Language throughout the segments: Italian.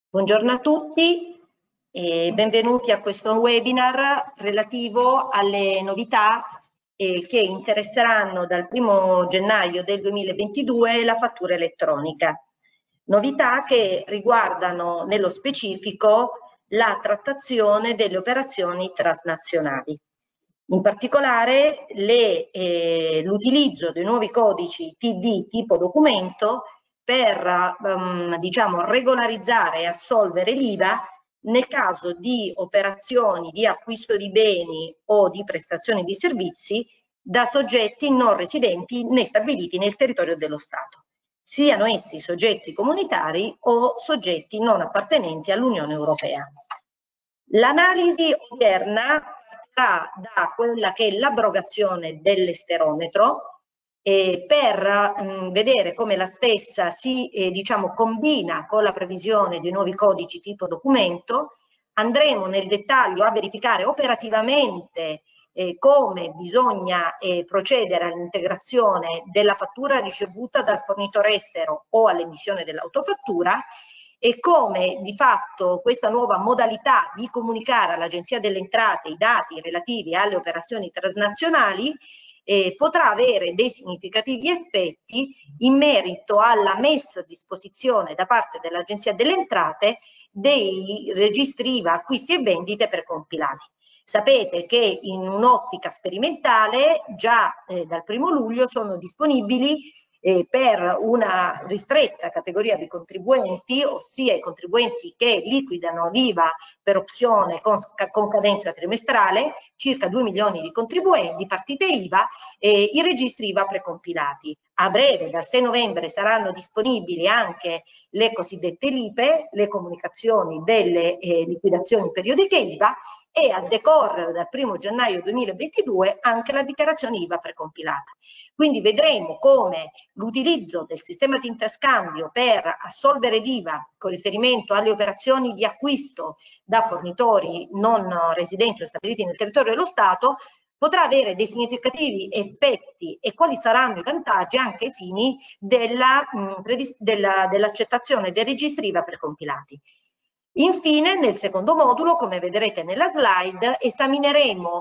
Buongiorno a tutti e benvenuti a questo webinar relativo alle novità che interesseranno dal 1° gennaio del 2022 la fattura elettronica. Novità che riguardano nello specifico la trattazione delle operazioni transnazionali. In particolare l'utilizzo dei nuovi codici TD tipo documento per diciamo, regolarizzare e assolvere l'IVA nel caso di operazioni di acquisto di beni o di prestazioni di servizi da soggetti non residenti né stabiliti nel territorio dello Stato, siano essi soggetti comunitari o soggetti non appartenenti all'Unione Europea. L'analisi odierna partirà da quella che è l'abrogazione dell'esterometro per vedere come la stessa si diciamo, combina con la previsione di nuovi codici tipo documento. Andremo nel dettaglio a verificare operativamente come bisogna procedere all'integrazione della fattura ricevuta dal fornitore estero o all'emissione dell'autofattura e come di fatto questa nuova modalità di comunicare all'Agenzia delle Entrate i dati relativi alle operazioni transnazionali potrà avere dei significativi effetti in merito alla messa a disposizione da parte dell'Agenzia delle Entrate dei registri IVA, acquisti e vendite precompilati. Sapete che in un'ottica sperimentale già dal 1° luglio sono disponibili per una ristretta categoria di contribuenti, ossia i contribuenti che liquidano l'IVA per opzione con cadenza trimestrale, circa 2 milioni di contribuenti, di partite IVA, i registri IVA precompilati. A breve, dal 6 novembre, saranno disponibili anche le cosiddette LIPE, le comunicazioni delle liquidazioni periodiche IVA, e a decorrere dal 1° gennaio 2022 anche la dichiarazione IVA precompilata. Quindi vedremo come l'utilizzo del sistema di interscambio per assolvere l'IVA con riferimento alle operazioni di acquisto da fornitori non residenti o stabiliti nel territorio dello Stato potrà avere dei significativi effetti e quali saranno i vantaggi anche ai fini dell'accettazione dei registri IVA precompilati. Infine, nel secondo modulo, come vedrete nella slide, esamineremo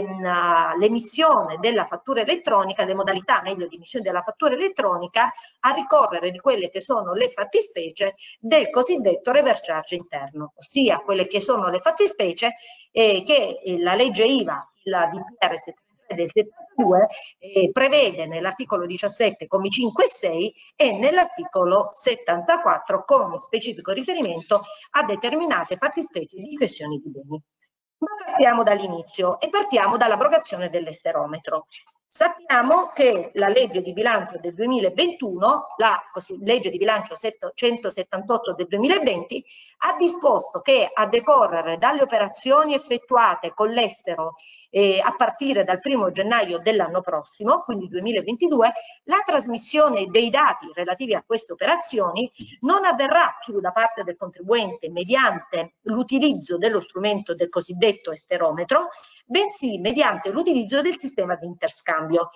l'emissione della fattura elettronica, le modalità meglio di emissione della fattura elettronica a ricorrere di quelle che sono le fattispecie del cosiddetto reverse charge interno, ossia quelle che sono le fattispecie che la legge IVA, il DPR 73 del 72, prevede nell'articolo 17 commi 5 e 6 e nell'articolo 74 con specifico riferimento a determinate fattispecie di cessioni di beni. Ma partiamo dall'inizio e partiamo dall'abrogazione dell'esterometro. Sappiamo che la legge di bilancio del 2021, la legge di bilancio 178 del 2020, ha disposto che a decorrere dalle operazioni effettuate con l'estero a partire dal 1° gennaio dell'anno prossimo, quindi 2022, la trasmissione dei dati relativi a queste operazioni non avverrà più da parte del contribuente mediante l'utilizzo dello strumento del cosiddetto esterometro, bensì mediante l'utilizzo del sistema di interscambio,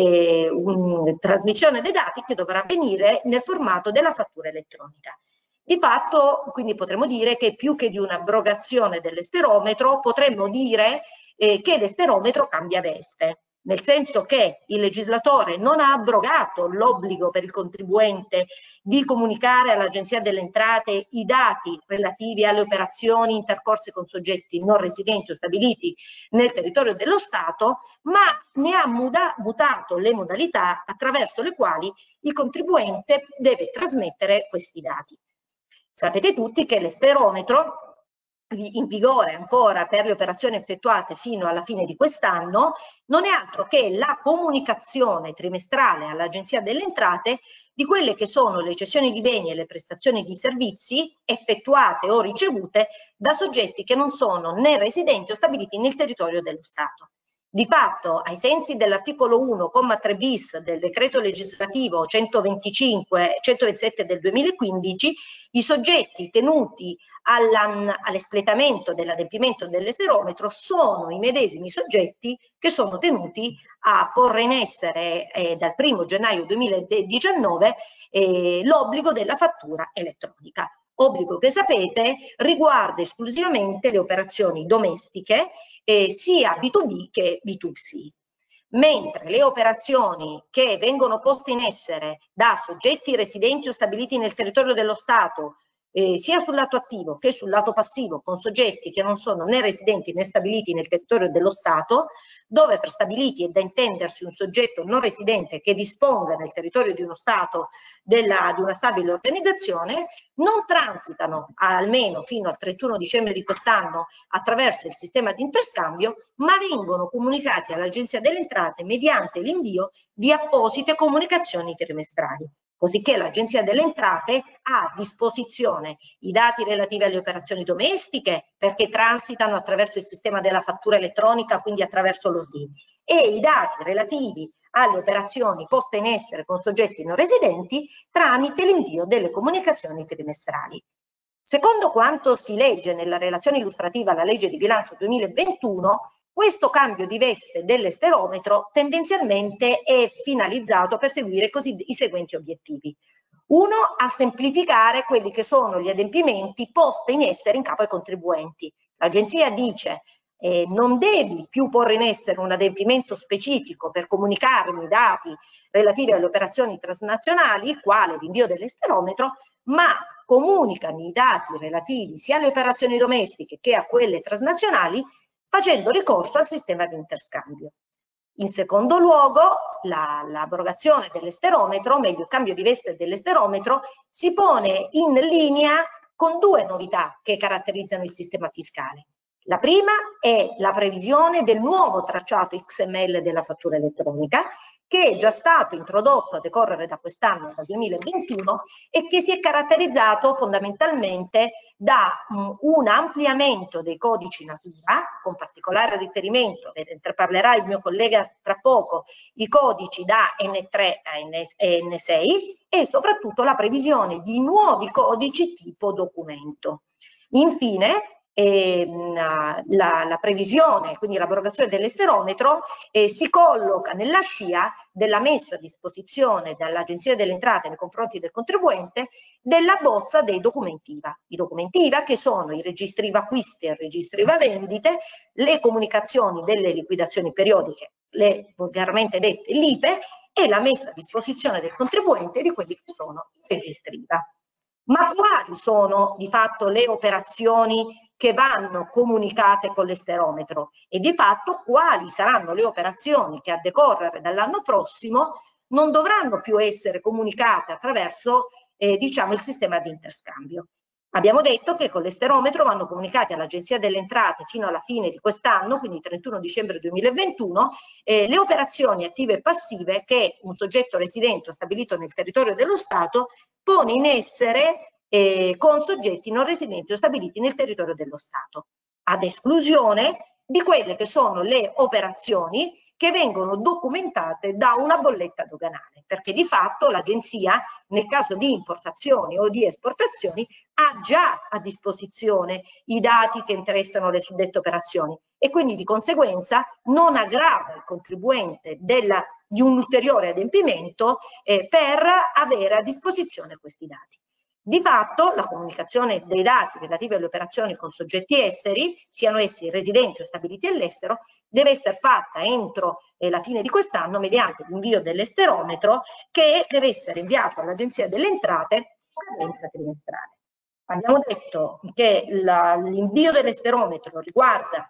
trasmissione dei dati che dovrà avvenire nel formato della fattura elettronica. Di fatto, quindi potremmo dire che più che di un'abrogazione dell'esterometro, potremmo dire che l'esterometro cambia veste, nel senso che il legislatore non ha abrogato l'obbligo per il contribuente di comunicare all'Agenzia delle Entrate i dati relativi alle operazioni intercorse con soggetti non residenti o stabiliti nel territorio dello Stato, ma ne ha mutato le modalità attraverso le quali il contribuente deve trasmettere questi dati. Sapete tutti che l'esterometro, in vigore ancora per le operazioni effettuate fino alla fine di quest'anno, non è altro che la comunicazione trimestrale all'Agenzia delle Entrate di quelle che sono le cessioni di beni e le prestazioni di servizi effettuate o ricevute da soggetti che non sono né residenti o stabiliti nel territorio dello Stato. Di fatto, ai sensi dell'articolo 1, comma 3 bis del decreto legislativo 127 del 2015, i soggetti tenuti all'espletamento dell'adempimento dell'esterometro sono i medesimi soggetti che sono tenuti a porre in essere dal 1° gennaio 2019 l'obbligo della fattura elettronica. obbligo che sapete riguarda esclusivamente le operazioni domestiche, sia B2B che B2C. Mentre le operazioni che vengono poste in essere da soggetti residenti o stabiliti nel territorio dello Stato, sia sul lato attivo che sul lato passivo, con soggetti che non sono né residenti né stabiliti nel territorio dello Stato, dove per stabiliti è da intendersi un soggetto non residente che disponga nel territorio di uno Stato di una stabile organizzazione, non transitano almeno fino al 31 dicembre di quest'anno attraverso il sistema di interscambio, ma vengono comunicati all'Agenzia delle Entrate mediante l'invio di apposite comunicazioni trimestrali, cosicché l'Agenzia delle Entrate ha a disposizione i dati relativi alle operazioni domestiche, perché transitano attraverso il sistema della fattura elettronica, quindi attraverso lo SDI, e i dati relativi alle operazioni poste in essere con soggetti non residenti tramite l'invio delle comunicazioni trimestrali. Secondo quanto si legge nella relazione illustrativa alla legge di bilancio 2021, questo cambio di veste dell'esterometro tendenzialmente è finalizzato a perseguire i seguenti obiettivi. Uno, a semplificare quelli che sono gli adempimenti posti in essere in capo ai contribuenti. L'Agenzia dice non devi più porre in essere un adempimento specifico per comunicarmi i dati relativi alle operazioni transnazionali, quale l'invio dell'esterometro, ma comunicami i dati relativi sia alle operazioni domestiche che a quelle transnazionali, facendo ricorso al sistema di interscambio. In secondo luogo, l'abrogazione dell'esterometro, o meglio il cambio di veste dell'esterometro, si pone in linea con due novità che caratterizzano il sistema fiscale. La prima è la previsione del nuovo tracciato XML della fattura elettronica, che è già stato introdotto a decorrere da quest'anno, dal 2021, e che si è caratterizzato fondamentalmente da un ampliamento dei codici natura, con particolare riferimento, mentre parlerà il mio collega tra poco, i codici da N3 a N6, e soprattutto la previsione di nuovi codici tipo documento. Infine, la previsione, quindi l'abrogazione dell'esterometro, si colloca nella scia della messa a disposizione dall'Agenzia delle Entrate nei confronti del contribuente della bozza dei documenti IVA. I documenti IVA che sono i registri IVA acquisti e il registro IVA vendite, le comunicazioni delle liquidazioni periodiche, le volgarmente dette LIPE, e la messa a disposizione del contribuente di quelli che sono i registri IVA. Ma quali sono di fatto le operazioni che vanno comunicate con l'esterometro e di fatto quali saranno le operazioni che a decorrere dall'anno prossimo non dovranno più essere comunicate attraverso diciamo il sistema di interscambio. Abbiamo detto che con l'esterometro vanno comunicate all'Agenzia delle Entrate fino alla fine di quest'anno, quindi 31 dicembre 2021, le operazioni attive e passive che un soggetto residente o stabilito nel territorio dello Stato pone in essere con soggetti non residenti o stabiliti nel territorio dello Stato, ad esclusione di quelle che sono le operazioni che vengono documentate da una bolletta doganale, perché di fatto l'Agenzia, nel caso di importazioni o di esportazioni, ha già a disposizione i dati che interessano le suddette operazioni e quindi di conseguenza non aggrava il contribuente di un ulteriore adempimento per avere a disposizione questi dati. Di fatto la comunicazione dei dati relativi alle operazioni con soggetti esteri, siano essi residenti o stabiliti all'estero, deve essere fatta entro la fine di quest'anno mediante l'invio dell'esterometro che deve essere inviato all'Agenzia delle Entrate con cadenza trimestrale. Abbiamo detto che l'invio dell'esterometro riguarda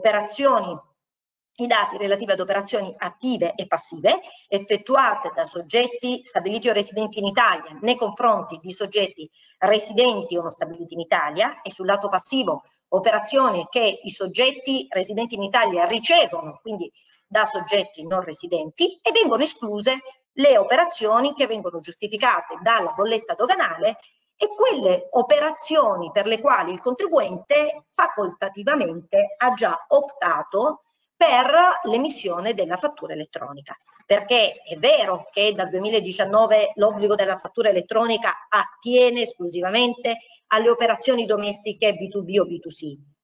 i dati relativi ad operazioni attive e passive effettuate da soggetti stabiliti o residenti in Italia nei confronti di soggetti residenti o non stabiliti in Italia, e sul lato passivo operazioni che i soggetti residenti in Italia ricevono, quindi da soggetti non residenti, e vengono escluse le operazioni che vengono giustificate dalla bolletta doganale e quelle operazioni per le quali il contribuente facoltativamente ha già optato per l'emissione della fattura elettronica, perché è vero che dal 2019 l'obbligo della fattura elettronica attiene esclusivamente alle operazioni domestiche B2B o B2C,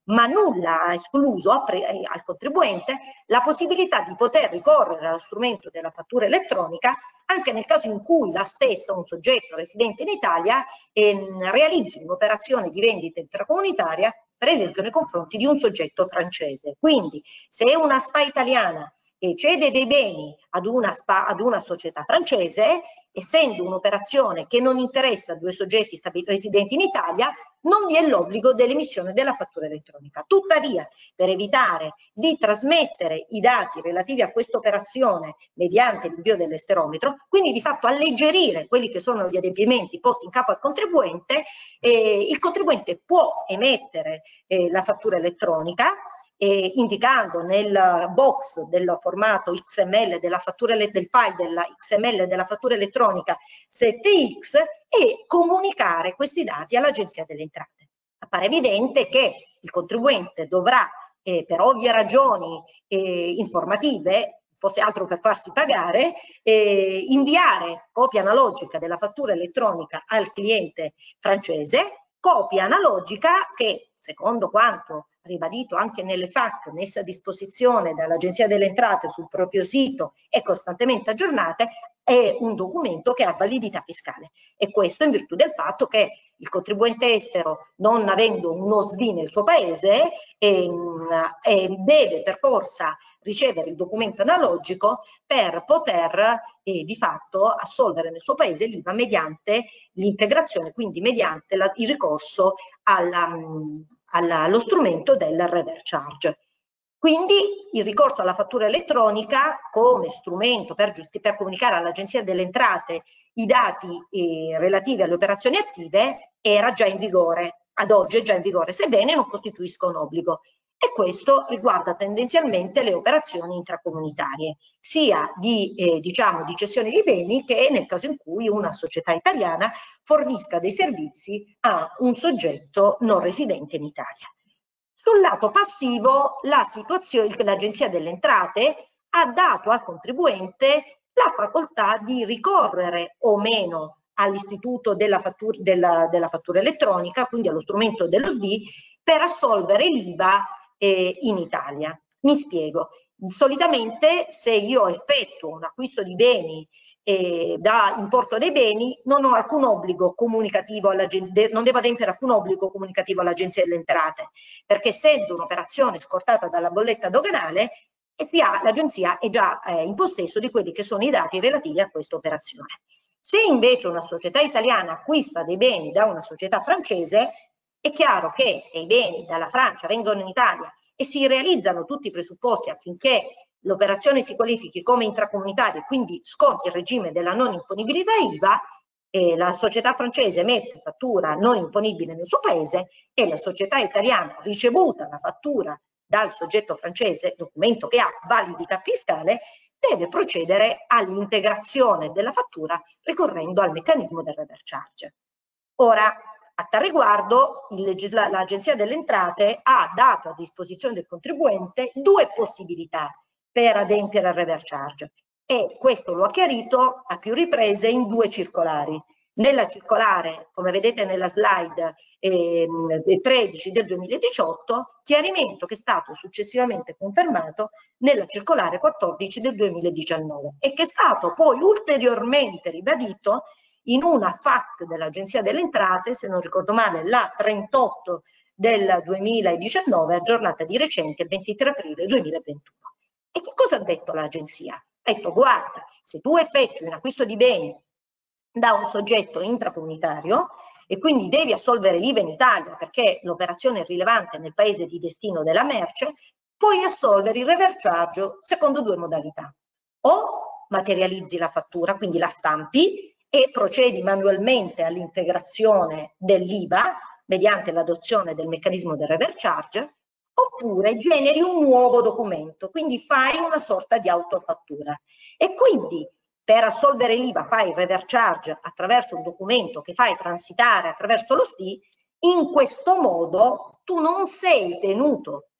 ma nulla ha escluso al contribuente la possibilità di poter ricorrere allo strumento della fattura elettronica anche nel caso in cui la stessa, un soggetto residente in Italia, realizzi un'operazione di vendita intracomunitaria, per esempio nei confronti di un soggetto francese. Quindi se una SpA italiana cede dei beni ad una società francese, essendo un'operazione che non interessa due soggetti residenti in Italia, non vi è l'obbligo dell'emissione della fattura elettronica. Tuttavia, per evitare di trasmettere i dati relativi a questa operazione mediante l'invio dell'esterometro, quindi di fatto alleggerire quelli che sono gli adempimenti posti in capo al contribuente, il contribuente può emettere la fattura elettronica, indicando nel box del formato XML del file della XML della fattura elettronica 7X e comunicare questi dati all'Agenzia delle Entrate. Appare evidente che il contribuente dovrà, per ovvie ragioni informative, fosse altro per farsi pagare, inviare copia analogica della fattura elettronica al cliente francese, copia analogica che, secondo quanto ribadito anche nelle FAQ messe a disposizione dall'Agenzia delle Entrate sul proprio sito e costantemente aggiornate, è un documento che ha validità fiscale, e questo in virtù del fatto che il contribuente estero, non avendo uno SDI nel suo paese, deve per forza ricevere il documento analogico per poter di fatto assolvere nel suo paese l'IVA mediante l'integrazione, quindi mediante il ricorso allo strumento del reverse charge. Quindi il ricorso alla fattura elettronica come strumento per comunicare all'Agenzia delle Entrate i dati relativi alle operazioni attive era già in vigore, ad oggi è già in vigore, sebbene non costituisca un obbligo. E questo riguarda tendenzialmente le operazioni intracomunitarie, sia di cessione di beni che nel caso in cui una società italiana fornisca dei servizi a un soggetto non residente in Italia. Sul lato passivo, l'Agenzia delle Entrate ha dato al contribuente la facoltà di ricorrere o meno all'istituto della fattura elettronica, quindi allo strumento dello SDI, per assolvere l'IVA in Italia. Mi spiego. Solitamente se io effettuo un acquisto di beni da importo dei beni, non ho alcun obbligo comunicativo non devo adempiere alcun obbligo comunicativo all'Agenzia delle Entrate, perché essendo un'operazione scortata dalla bolletta doganale, l'Agenzia è già in possesso di quelli che sono i dati relativi a questa operazione. Se invece una società italiana acquista dei beni da una società francese, è chiaro che se i beni dalla Francia vengono in Italia e si realizzano tutti i presupposti affinché l'operazione si qualifichi come intracomunitaria e quindi sconti il regime della non imponibilità IVA, la società francese emette fattura non imponibile nel suo paese e la società italiana, ricevuta la fattura dal soggetto francese, documento che ha validità fiscale, deve procedere all'integrazione della fattura ricorrendo al meccanismo del reverse charge. Ora, a tal riguardo, l'Agenzia delle Entrate ha dato a disposizione del contribuente due possibilità per adempiere al reverse charge, e questo lo ha chiarito a più riprese in due circolari. Nella circolare, come vedete nella slide 13 del 2018, chiarimento che è stato successivamente confermato nella circolare 14 del 2019 e che è stato poi ulteriormente ribadito in una FAQ dell'Agenzia delle Entrate, se non ricordo male, la 38 del 2019, aggiornata di recente il 23 aprile 2021. E che cosa ha detto l'Agenzia? Ha detto: guarda, se tu effettui un acquisto di beni da un soggetto intracomunitario e quindi devi assolvere l'IVA in Italia perché l'operazione è rilevante nel paese di destino della merce, puoi assolvere il reverse charge secondo due modalità. O materializzi la fattura, quindi la stampi e procedi manualmente all'integrazione dell'IVA mediante l'adozione del meccanismo del reverse charge, oppure generi un nuovo documento, quindi fai una sorta di autofattura. E quindi per assolvere l'IVA fai il reverse charge attraverso un documento che fai transitare attraverso lo STI. In questo modo tu non sei tenuto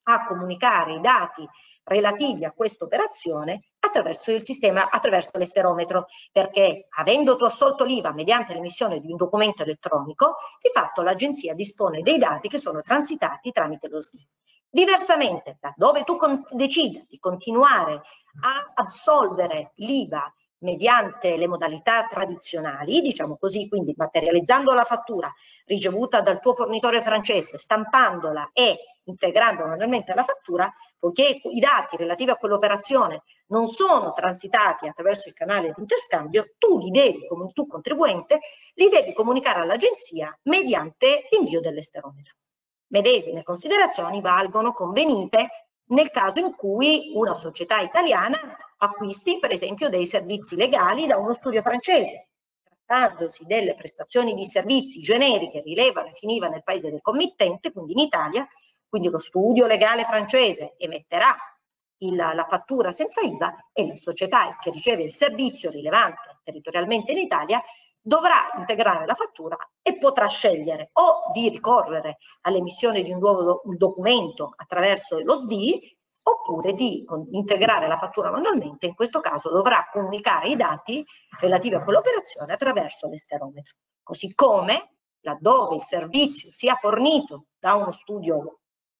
a comunicare i dati relativi a questa operazione attraverso il sistema, attraverso l'esterometro, perché avendo tu assolto l'IVA mediante l'emissione di un documento elettronico, di fatto l'agenzia dispone dei dati che sono transitati tramite lo SDI. Diversamente, laddove tu decida di continuare a assolvere l'IVA mediante le modalità tradizionali, diciamo così, quindi materializzando la fattura ricevuta dal tuo fornitore francese, stampandola e integrando manualmente la fattura, poiché i dati relativi a quell'operazione non sono transitati attraverso il canale di interscambio, tu li devi, come tu contribuente, li devi comunicare all'agenzia mediante l'invio dell'esterometro. Medesime considerazioni valgono convenite nel caso in cui una società italiana acquisti per esempio dei servizi legali da uno studio francese. Trattandosi delle prestazioni di servizi generiche, rilevano e finiva nel paese del committente, quindi in Italia, quindi lo studio legale francese emetterà la fattura senza IVA e la società che riceve il servizio rilevante territorialmente in Italia dovrà integrare la fattura e potrà scegliere o di ricorrere all'emissione di un nuovo documento attraverso lo SDI oppure di integrare la fattura manualmente. In questo caso dovrà comunicare i dati relativi a quell'operazione attraverso l'esterometro. Così come laddove il servizio sia fornito da uno studio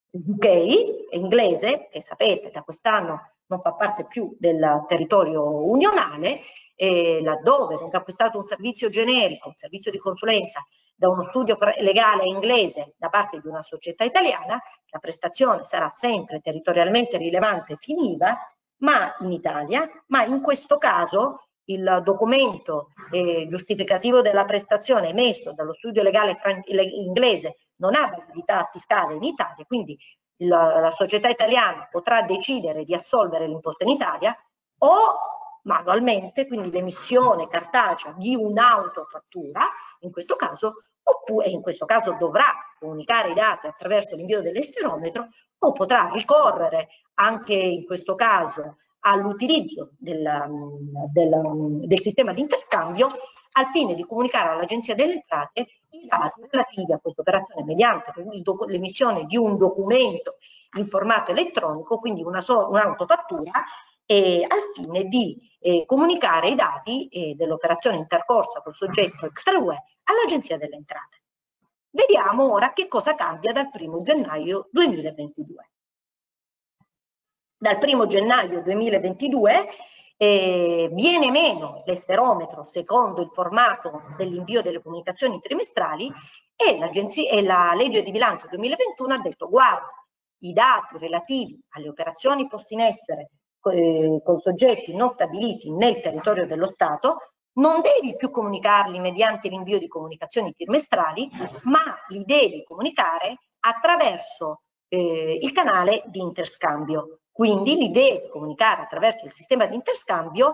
UK, inglese, che sapete da quest'anno non fa parte più del territorio unionale, e laddove venga acquistato un servizio generico, un servizio di consulenza da uno studio legale inglese da parte di una società italiana, la prestazione sarà sempre territorialmente rilevante finiva, ma in Italia, ma in questo caso il documento giustificativo della prestazione emesso dallo studio legale inglese non ha validità fiscale in Italia, quindi la società italiana potrà decidere di assolvere l'imposta in Italia o manualmente, quindi l'emissione cartacea di un'autofattura, in questo caso, oppure in questo caso dovrà comunicare i dati attraverso l'invio dell'esterometro o potrà ricorrere anche in questo caso all'utilizzo del sistema di interscambio al fine di comunicare all'Agenzia delle Entrate i dati relativi a questa operazione mediante l'emissione di un documento in formato elettronico, quindi un'autofattura, al fine di comunicare i dati dell'operazione intercorsa col soggetto extra UE all'Agenzia delle Entrate. Vediamo ora che cosa cambia dal 1° gennaio 2022. Dal 1° gennaio 2022 viene meno l'esterometro secondo il formato dell'invio delle comunicazioni trimestrali e la legge di bilancio 2021 ha detto: guarda, i dati relativi alle operazioni poste in essere con soggetti non stabiliti nel territorio dello Stato non devi più comunicarli mediante l'invio di comunicazioni trimestrali, ma li devi comunicare attraverso il canale di interscambio. Quindi li devi comunicare attraverso il sistema di interscambio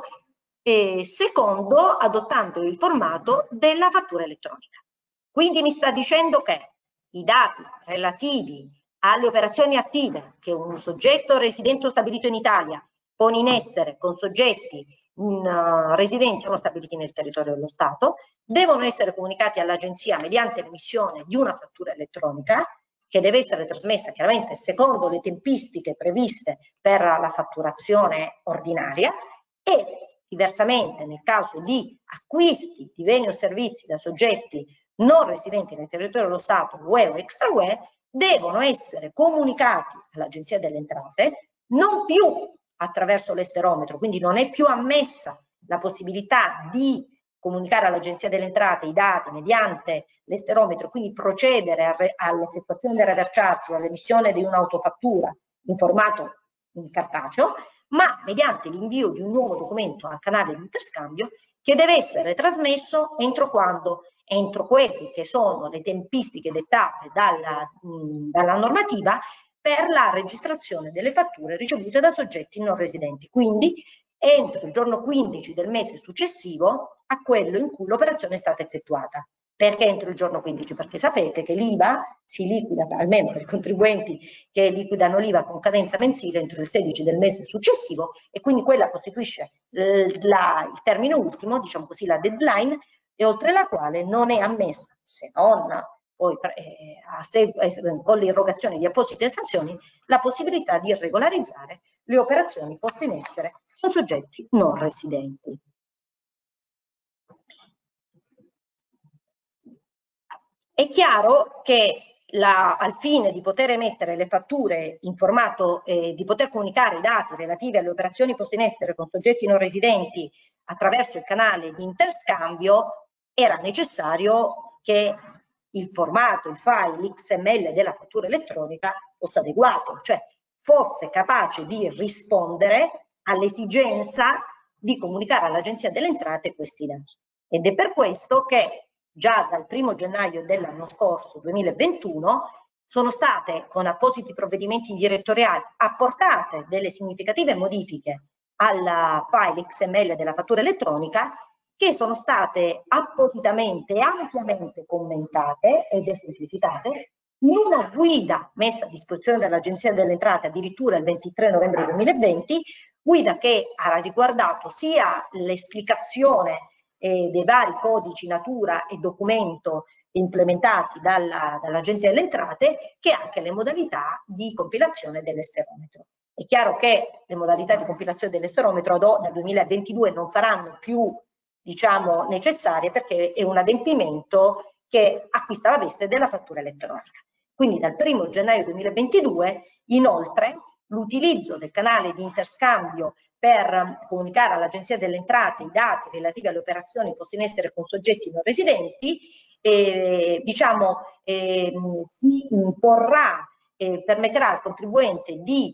adottando il formato della fattura elettronica. Quindi mi sta dicendo che i dati relativi alle operazioni attive che un soggetto residente o stabilito in Italia pone in essere con soggetti residenti o non stabiliti nel territorio dello Stato devono essere comunicati all'agenzia mediante l'emissione di una fattura elettronica che deve essere trasmessa chiaramente secondo le tempistiche previste per la fatturazione ordinaria e diversamente nel caso di acquisti di beni o servizi da soggetti non residenti nel territorio dello Stato, UE o extra UE, devono essere comunicati all'Agenzia delle Entrate non più attraverso l'esterometro, quindi non è più ammessa la possibilità di comunicare all'Agenzia delle Entrate i dati mediante l'esterometro, quindi procedere all'effettuazione del reverse charge o all'emissione di un'autofattura in formato cartaceo, ma mediante l'invio di un nuovo documento al canale di interscambio che deve essere trasmesso entro quando? Entro quelle che sono le tempistiche dettate dalla normativa per la registrazione delle fatture ricevute da soggetti non residenti, quindi entro il giorno 15 del mese successivo a quello in cui l'operazione è stata effettuata. Perché entro il giorno 15? Perché sapete che l'IVA si liquida, almeno per i contribuenti che liquidano l'IVA con cadenza mensile, entro il 16 del mese successivo e quindi quella costituisce il termine ultimo, diciamo così, la deadline, e oltre la quale non è ammessa, se non poi con l'irrogazione di apposite sanzioni, la possibilità di regolarizzare le operazioni poste in essere con soggetti non residenti. È chiaro che al fine di poter emettere le fatture in formato, di poter comunicare i dati relativi alle operazioni poste in essere con soggetti non residenti attraverso il canale di interscambio, era necessario che il formato, il file XML della fattura elettronica fosse adeguato, cioè fosse capace di rispondere all'esigenza di comunicare all'Agenzia delle Entrate questi dati. Ed è per questo che già dal 1° gennaio dell'anno scorso, 2021, sono state con appositi provvedimenti direttoriali apportate delle significative modifiche al file XML della fattura elettronica, che sono state appositamente e ampiamente commentate ed esemplificate in una guida messa a disposizione dall'Agenzia delle Entrate addirittura il 23 novembre 2020, guida che ha riguardato sia l'esplicazione dei vari codici natura e documento implementati dall'Agenzia delle Entrate, che anche le modalità di compilazione dell'esterometro. È chiaro che le modalità di compilazione dell'esterometro dal 2022 non saranno più, diciamo, necessarie, perché è un adempimento che acquista la veste della fattura elettronica. Quindi dal 1° gennaio 2022, inoltre, l'utilizzo del canale di interscambio per comunicare all'Agenzia delle Entrate i dati relativi alle operazioni poste in essere con soggetti non residenti, si imporrà, permetterà al contribuente di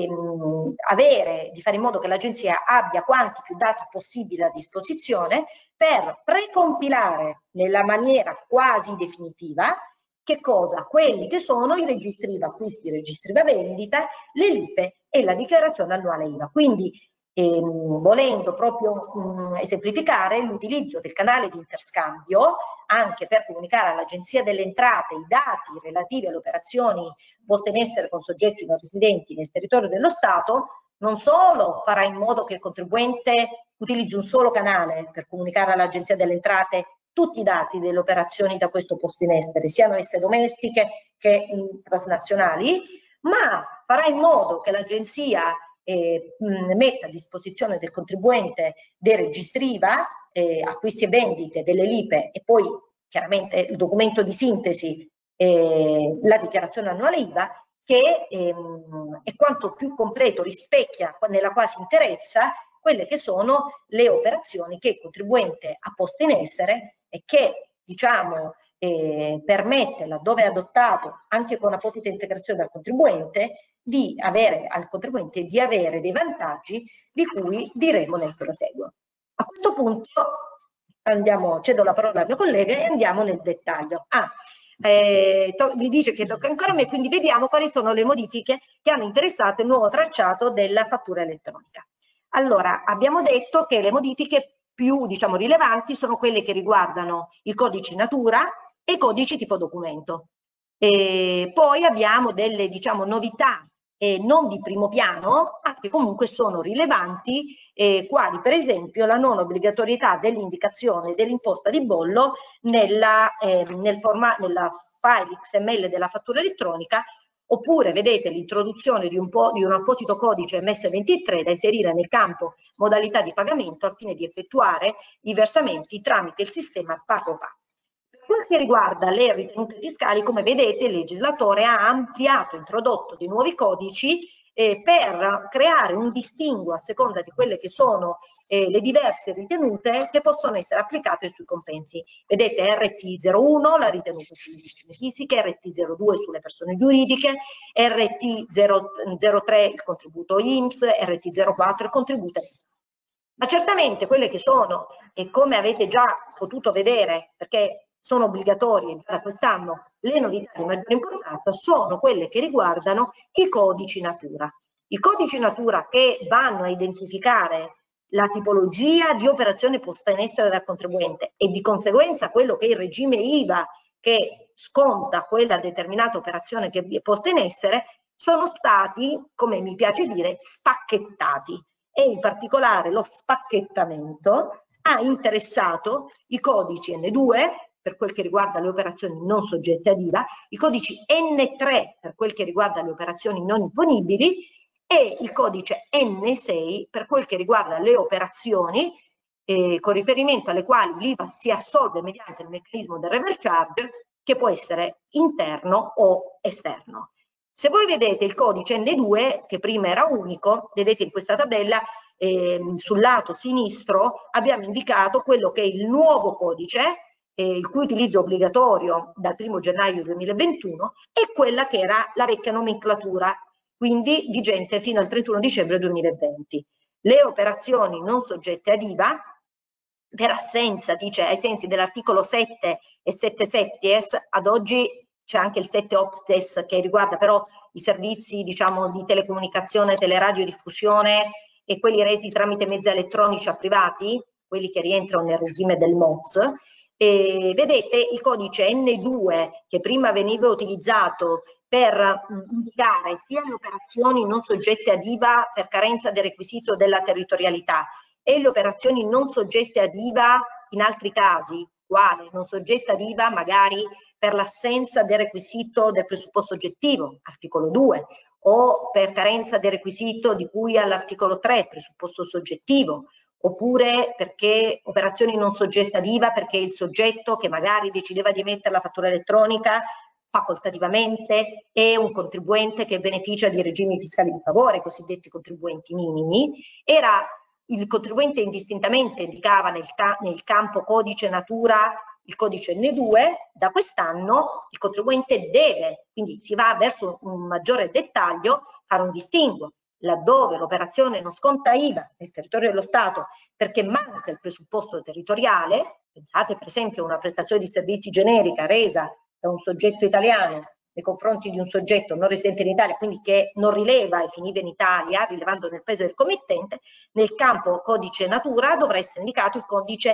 fare in modo che l'Agenzia abbia quanti più dati possibili a disposizione per precompilare nella maniera quasi definitiva che cosa? Quelli che sono i registri IVA acquisti, i registri IVA vendita, le LIPE e la dichiarazione annuale IVA. Quindi volendo proprio esemplificare l'utilizzo del canale di interscambio anche per comunicare all'Agenzia delle Entrate i dati relativi alle operazioni poste in essere con soggetti non residenti nel territorio dello Stato, non solo farà in modo che il contribuente utilizzi un solo canale per comunicare all'Agenzia delle Entrate tutti i dati delle operazioni da questo posto in essere, siano esse domestiche che transnazionali, ma farà in modo che l'Agenzia metta a disposizione del contribuente dei registri IVA, acquisti e vendite, delle LIPE e poi chiaramente il documento di sintesi, la dichiarazione annuale IVA, che è quanto più completo, rispecchia nella quasi interezza quelle che sono le operazioni che il contribuente ha posto in essere e che, diciamo, permette, laddove adottato anche con apposita integrazione dal contribuente, di avere dei vantaggi di cui diremo nel proseguo. A questo punto cedo la parola al mio collega e andiamo nel dettaglio. Mi dice che tocca ancora a me, quindi vediamo quali sono le modifiche che hanno interessato il nuovo tracciato della fattura elettronica. Allora, abbiamo detto che le modifiche più, diciamo, rilevanti sono quelle che riguardano i codici natura e i codici tipo documento. Poi abbiamo delle, diciamo, novità non di primo piano, ma che comunque sono rilevanti, quali per esempio la non obbligatorietà dell'indicazione dell'imposta di bollo nella file XML della fattura elettronica, oppure vedete l'introduzione di un apposito codice MS23 da inserire nel campo modalità di pagamento al fine di effettuare i versamenti tramite il sistema PagoPA. Per quel che riguarda le ritenute fiscali, come vedete, il legislatore ha ampliato, introdotto dei nuovi codici per creare un distinguo a seconda di quelle che sono le diverse ritenute che possono essere applicate sui compensi. Vedete RT01 la ritenuta sulle persone fisiche, RT02 sulle persone giuridiche, RT03 il contributo INPS, RT04 il contributo INPS. Ma certamente quelle che sono, e come avete già potuto vedere, perché sono obbligatorie da quest'anno, le novità di maggiore importanza sono quelle che riguardano i codici natura. I codici natura che vanno a identificare la tipologia di operazione posta in essere dal contribuente e di conseguenza quello che è il regime IVA che sconta quella determinata operazione che è posta in essere, sono stati, come mi piace dire, spacchettati. E in particolare lo spacchettamento ha interessato i codici N2, per quel che riguarda le operazioni non soggette ad IVA, i codici N3 per quel che riguarda le operazioni non imponibili e il codice N6 per quel che riguarda le operazioni con riferimento alle quali l'IVA si assolve mediante il meccanismo del reverse charge, che può essere interno o esterno. Se voi vedete il codice N2, che prima era unico, vedete in questa tabella sul lato sinistro abbiamo indicato quello che è il nuovo codice, il cui utilizzo obbligatorio dal 1° gennaio 2021, e quella che era la vecchia nomenclatura, quindi vigente fino al 31 dicembre 2020. Le operazioni non soggette ad IVA, per assenza, dice, ai sensi dell'articolo 7 e 7 septies, ad oggi c'è anche il 7 optes che riguarda però i servizi, diciamo, di telecomunicazione, teleradiodiffusione e quelli resi tramite mezzi elettronici a privati, quelli che rientrano nel regime del MOS. E vedete il codice N2 che prima veniva utilizzato per indicare sia le operazioni non soggette ad IVA per carenza del requisito della territorialità e le operazioni non soggette ad IVA in altri casi, quale non soggetta ad IVA magari per l'assenza del requisito del presupposto oggettivo, articolo 2, o per carenza del requisito di cui all'articolo 3, presupposto soggettivo, oppure perché operazioni non soggette ad IVA perché il soggetto che magari decideva di emettere la fattura elettronica facoltativamente è un contribuente che beneficia di regimi fiscali di favore, i cosiddetti contribuenti minimi, era il contribuente indistintamente indicava nel campo codice natura il codice N2, da quest'anno il contribuente deve, quindi si va verso un maggiore dettaglio, fare un distinguo, laddove l'operazione non sconta IVA nel territorio dello Stato perché manca il presupposto territoriale, pensate per esempio a una prestazione di servizi generica resa da un soggetto italiano nei confronti di un soggetto non residente in Italia, quindi che non rileva e finiva in Italia, rilevando nel paese del committente, nel campo codice natura dovrà essere indicato il codice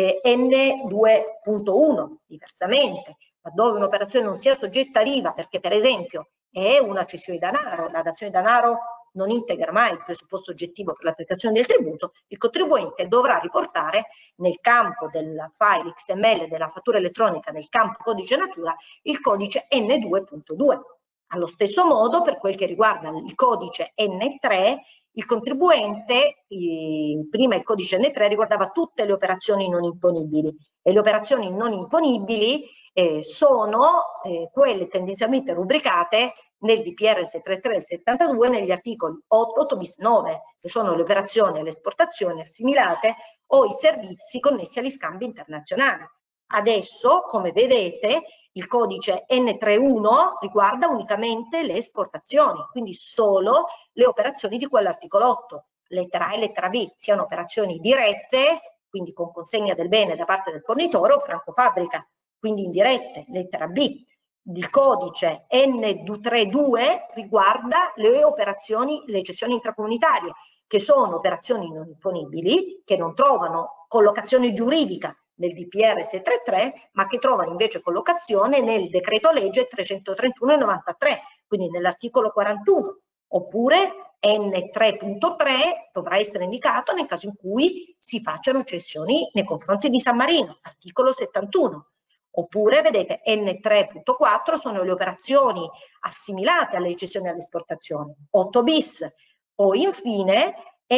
N2.1, diversamente, laddove un'operazione non sia soggetta ad IVA perché per esempio è una cessione di denaro, la dazione di denaro non integra mai il presupposto oggettivo per l'applicazione del tributo, il contribuente dovrà riportare nel campo del file XML della fattura elettronica, nel campo codice natura, il codice N2.2. Allo stesso modo, per quel che riguarda il codice N3, il contribuente, prima il codice N3 riguardava tutte le operazioni non imponibili e le operazioni non imponibili sono quelle tendenzialmente rubricate nel DPR 633 del 72 negli articoli 8 bis 9, che sono le operazioni e le esportazioni assimilate o i servizi connessi agli scambi internazionali. Adesso, come vedete, il codice N31 riguarda unicamente le esportazioni, quindi solo le operazioni di quell'articolo 8, lettera A e lettera B, siano operazioni dirette, quindi con consegna del bene da parte del fornitore, o franco fabbrica, quindi indirette, lettera B. Il codice N32 riguarda le operazioni, le cessioni intracomunitarie, che sono operazioni non imponibili, che non trovano collocazione giuridica nel DPR 633, ma che trovano invece collocazione nel decreto legge 331/93, quindi nell'articolo 41, oppure N3.3 dovrà essere indicato nel caso in cui si facciano cessioni nei confronti di San Marino, articolo 71. Oppure, vedete, N3.4 sono le operazioni assimilate alle cessioni e alle esportazioni, 8 bis, o infine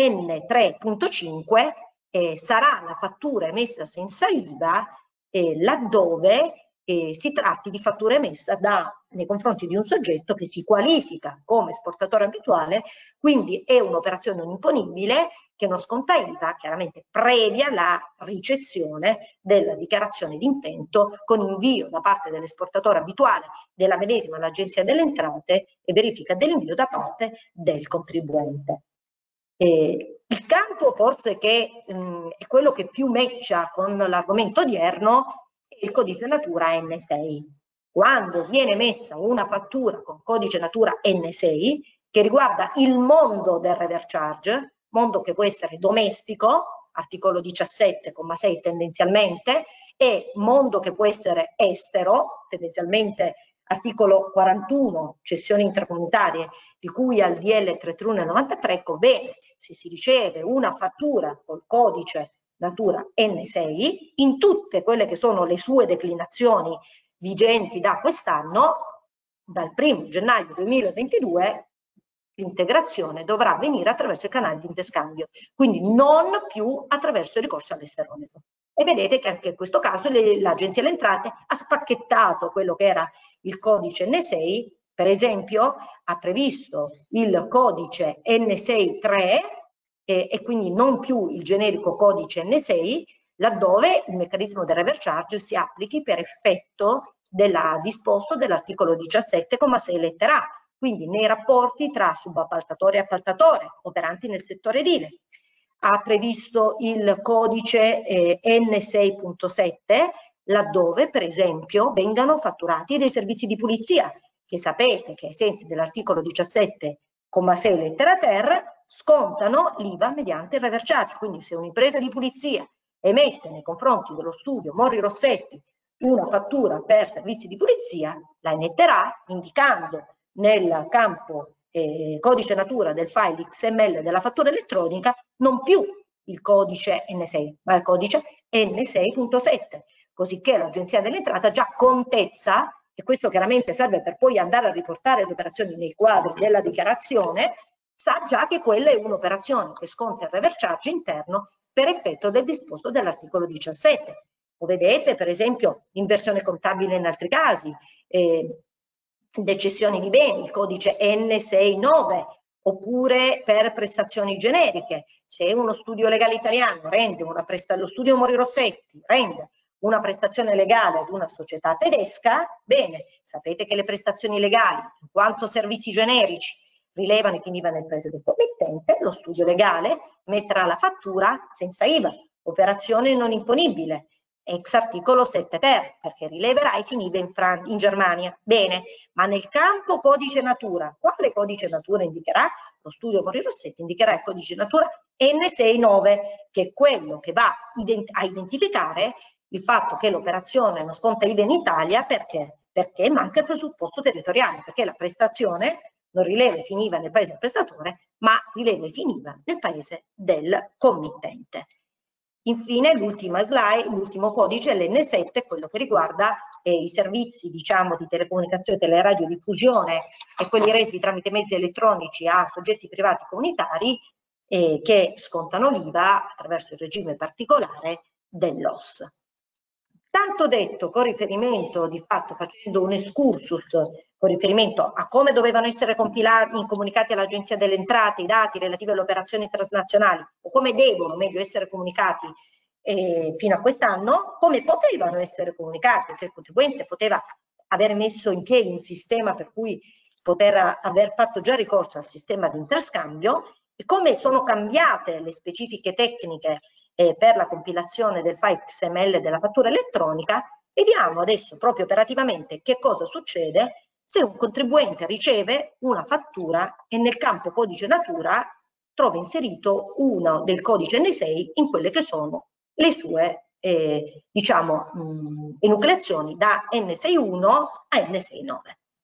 N3.5 sarà la fattura emessa senza IVA laddove si tratti di fattura emessa nei confronti di un soggetto che si qualifica come esportatore abituale, quindi è un'operazione non imponibile che non sconta IVA, chiaramente previa la ricezione della dichiarazione di intento con invio da parte dell'esportatore abituale della medesima all'Agenzia delle Entrate e verifica dell'invio da parte del contribuente. Il campo forse che è quello che più matcha con l'argomento odierno è il codice natura N6. Quando viene emessa una fattura con codice natura N6 che riguarda il mondo del reverse charge, mondo che può essere domestico, articolo 17,6 tendenzialmente, e mondo che può essere estero, tendenzialmente articolo 41, cessioni intracomunitarie, di cui al DL 31 del 93, bene, se si riceve una fattura col codice natura N6 in tutte quelle che sono le sue declinazioni vigenti da quest'anno. Dal 1° gennaio 2022 l'integrazione dovrà avvenire attraverso i canali di interscambio, quindi non più attraverso il ricorso all'esterometro. E vedete che anche in questo caso l'Agenzia delle Entrate ha spacchettato quello che era il codice N6, per esempio ha previsto il codice N6.3 e quindi non più il generico codice N6, laddove il meccanismo del reverse charge si applichi per effetto della disposto dell'articolo 17,6 lettera A, quindi nei rapporti tra subappaltatore e appaltatore operanti nel settore edile. Ha previsto il codice N6.7 laddove per esempio vengano fatturati dei servizi di pulizia, che sapete che ai sensi dell'articolo 17,6 lettera ter scontano l'IVA mediante il reverse charge. Quindi se un'impresa di pulizia emette nei confronti dello studio Mori Rossetti una fattura per servizi di pulizia, la emetterà indicando nel campo codice natura del file XML della fattura elettronica non più il codice N6, ma il codice N6.7, cosicché l'Agenzia dell'Entrata già contezza, e questo chiaramente serve per poi andare a riportare le operazioni nei quadri della dichiarazione, sa già che quella è un'operazione che sconta il reverse charge interno per effetto del disposto dell'articolo 17. Lo vedete per esempio inversione contabile in altri casi, decessioni di beni, il codice N6.9, oppure per prestazioni generiche. Se uno studio legale italiano rende una prestazione, lo studio Mori Rossetti rende una prestazione legale ad una società tedesca, bene, sapete che le prestazioni legali, in quanto servizi generici, rilevano e finivano nel paese del committente, lo studio legale metterà la fattura senza IVA, operazione non imponibile, ex articolo 7 ter, perché rileverà e finiva in Germania. Bene, ma nel campo codice natura, quale codice natura indicherà? Lo studio Mori Rossetti indicherà il codice natura N6.9, che è quello che va a identificare il fatto che l'operazione non sconta IVA in Italia perché manca il presupposto territoriale, perché la prestazione non rileva e finiva nel paese del prestatore, ma rileva e finiva nel paese del committente. Infine l'ultima slide, l'ultimo codice, l'N7, quello che riguarda i servizi diciamo di telecomunicazione, teleradiodiffusione e quelli resi tramite mezzi elettronici a soggetti privati comunitari che scontano l'IVA attraverso il regime particolare dell'OS. Tanto detto con riferimento, di fatto facendo un excursus con riferimento a come dovevano essere comunicati all'Agenzia delle Entrate i dati relativi alle operazioni transnazionali, o come devono meglio essere comunicati fino a quest'anno, come potevano essere comunicati, cioè il contribuente poteva aver messo in piedi un sistema per cui poter aver fatto già ricorso al sistema di interscambio, e come sono cambiate le specifiche tecniche per la compilazione del file XML della fattura elettronica. Vediamo adesso proprio operativamente che cosa succede se un contribuente riceve una fattura e nel campo codice natura trova inserito uno del codice N6 in quelle che sono le sue diciamo enucleazioni da N6.1 a N6.9.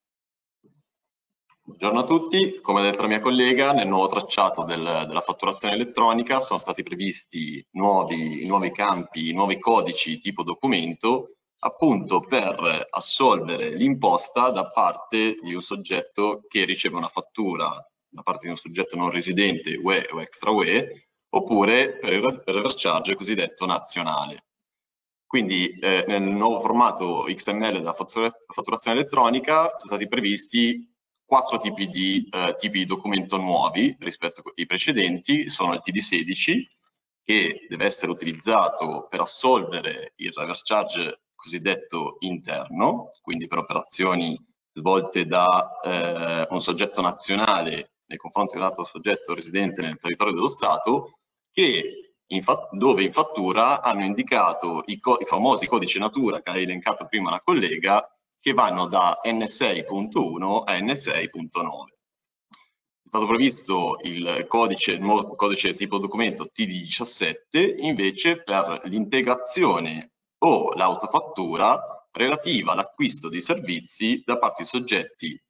Buongiorno a tutti, come ha detto la mia collega, nel nuovo tracciato della fatturazione elettronica sono stati previsti nuovi campi, nuovi codici tipo documento, appunto per assolvere l'imposta da parte di un soggetto che riceve una fattura da parte di un soggetto non residente UE o extra UE, oppure per il reverse charge cosiddetto nazionale. Quindi nel nuovo formato XML della fatturazione elettronica sono stati previsti 4 tipi di documento nuovi rispetto ai precedenti. Sono il TD16, che deve essere utilizzato per assolvere il reverse charge cosiddetto interno, quindi per operazioni svolte da un soggetto nazionale nei confronti di un altro soggetto residente nel territorio dello Stato, dove in fattura hanno indicato i famosi codici natura che ha elencato prima la collega, che vanno da N6.1 a N6.9. È stato previsto il nuovo codice tipo documento TD17 invece per l'integrazione o l'autofattura relativa all'acquisto di servizi da parte di soggetti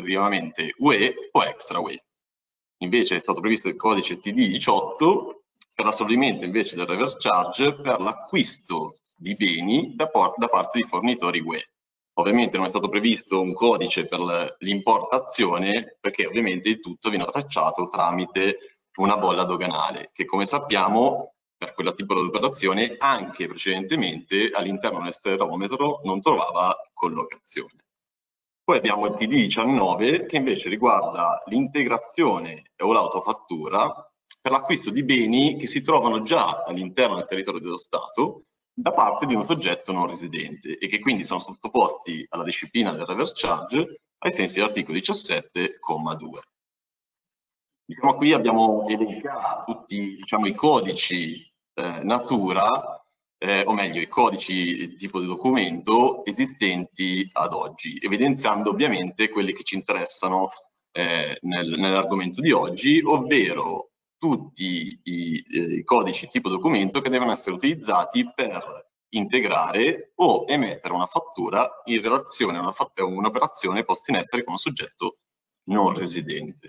rispettivamente UE o extra UE. Invece è stato previsto il codice TD18 per l'assolvimento invece del reverse charge per l'acquisto di beni da parte di fornitori UE. Ovviamente non è stato previsto un codice per l'importazione, perché ovviamente il tutto viene tracciato tramite una bolla doganale, che come sappiamo per quella tipo di operazione anche precedentemente all'interno dell'esterometro non trovava collocazione. Poi abbiamo il TD19 che invece riguarda l'integrazione o l'autofattura per l'acquisto di beni che si trovano già all'interno del territorio dello Stato da parte di un soggetto non residente e che quindi sono sottoposti alla disciplina del reverse charge ai sensi dell'articolo 17,2. Diciamo, qui abbiamo elencato tutti, diciamo, i codici natura, o meglio i codici tipo di documento esistenti ad oggi, evidenziando ovviamente quelli che ci interessano nell'argomento di oggi, ovvero tutti i codici tipo documento che devono essere utilizzati per integrare o emettere una fattura in relazione a un'operazione posta in essere con un soggetto non residente.